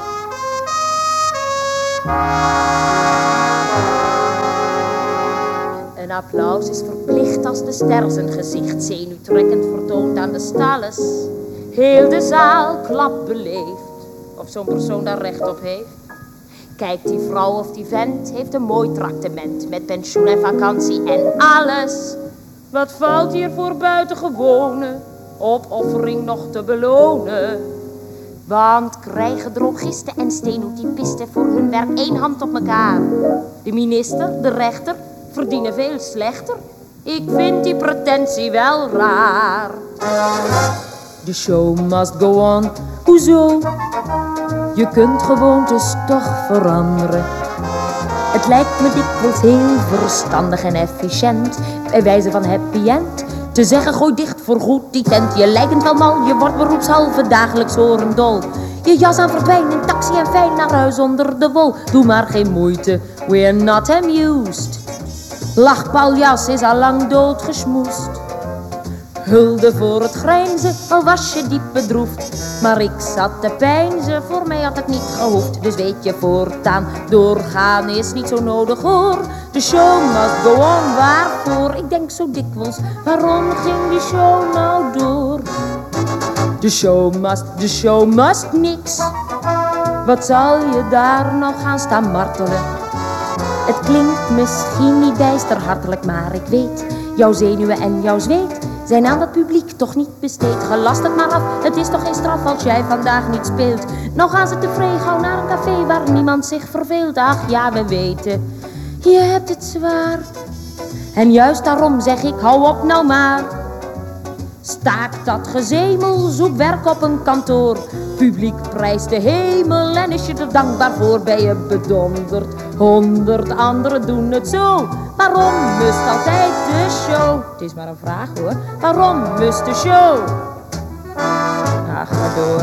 Een applaus is verplicht als de ster zijn gezicht zenuwtrekkend vertoont aan de stalles. Heel de zaal klap beleefd, of zo'n persoon daar recht op heeft. Kijk, die vrouw of die vent heeft een mooi traktement met pensioen en vakantie en alles. Wat valt hier voor buitengewone opoffering nog te belonen? Want krijgen drogisten en stenotypisten voor hun werk één hand op elkaar. De minister, de rechter verdienen veel slechter. Ik vind die pretentie wel raar. The show must go on, hoezo? Je kunt gewoontes toch veranderen. Het lijkt me dikwijls heel verstandig en efficiënt, bij wijze van happy end, te zeggen gooi dicht voor goed die tent. Je lijkend wel mal, je wordt beroepshalve dagelijks horendol. Je jas aan verdwijnen, taxi en fijn naar huis onder de wol. Doe maar geen moeite, we're not amused. Lachpaljas is al lang doodgesmoest. Hulde voor het grijnzen, al was je diep bedroefd. Maar ik zat te pijnzen, voor mij had het niet gehoefd. Dus weet je voortaan, doorgaan is niet zo nodig hoor. De show must go on, waarvoor? Ik denk zo dikwijls, waarom ging die show nou door? De show must, de show must niks. Wat zal je daar nog gaan staan martelen? Het klinkt misschien niet bijster hartelijk, maar ik weet, jouw zenuwen en jouw zweet zijn aan het publiek toch niet besteed. Gelast het maar af, het is toch geen straf als jij vandaag niet speelt. Nou gaan ze tevreden gauw naar een café waar niemand zich verveelt. Ach ja, we weten, je hebt het zwaar. En juist daarom zeg ik, hou op nou maar. Staak dat gezemel, zoek werk op een kantoor. Publiek prijst de hemel en is je er dankbaar voor, ben je bedonderd. Honderd anderen doen het zo. Waarom must altijd de show? Het is maar een vraag hoor. Waarom must de show? Ach, ga door.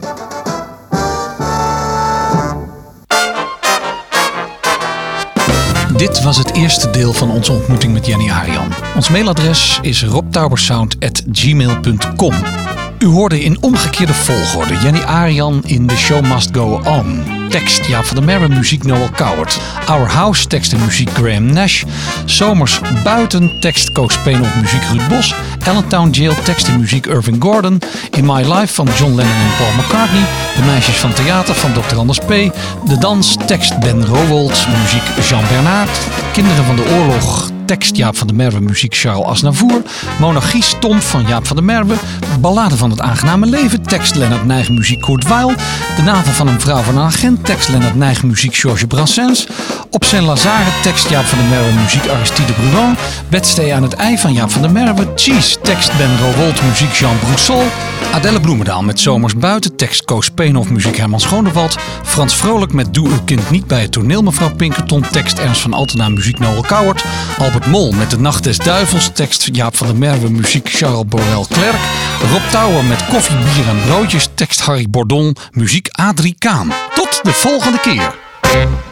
Dit was het eerste deel van onze ontmoeting met Jenny Arian. Ons mailadres is robtaubersound at gmail punt com. U hoorde in omgekeerde volgorde Jenny Arian in The Show Must Go On. Tekst Jaap van der Merwe, muziek Noel Coward. Our House, tekst en muziek Graham Nash. Zomers Buiten, tekst Koos Speenhoff, muziek Ruud Bos. Allentown Jail, tekst en muziek Irving Gordon. In My Life van John Lennon en Paul McCartney. De Meisjes van Theater van dokter Anders P. De Dans, tekst Ben Rowold, muziek Jean Bernard. Kinderen van de Oorlog, tekst Jaap van der Merwe, muziek Charles Aznavour. Monarchie Stomp van Jaap van der Merwe. Ballade van het aangename leven, tekst Lennart Nijg, muziek Kurt Weill. De navel van een vrouw van een agent, tekst Lennart Nijg, muziek Georges Brassens. Op Saint-Lazare, tekst Jaap van der Merwe, muziek Aristide Bruant. Wedstee aan het ei van Jaap van der Merwe. Cheese, tekst Ben Rowold, muziek Jean Broussol. Adelle Bloemendaal met Zomers Buiten, tekst Koos Speenhoff, muziek Herman Schonewald. Frans Vrolijk met Doe uw kind niet bij het toneel, mevrouw Pinkerton, tekst Ernst van Altena, muziek Noel Coward. Albert Mol met De Nacht des Duivels, tekst Jaap van der Merwe, muziek Charles Borel Klerk. Rob Touwer met Koffie, Bier en Broodjes, tekst Harry Bordon, muziek Adrie Kaan. Tot de volgende keer!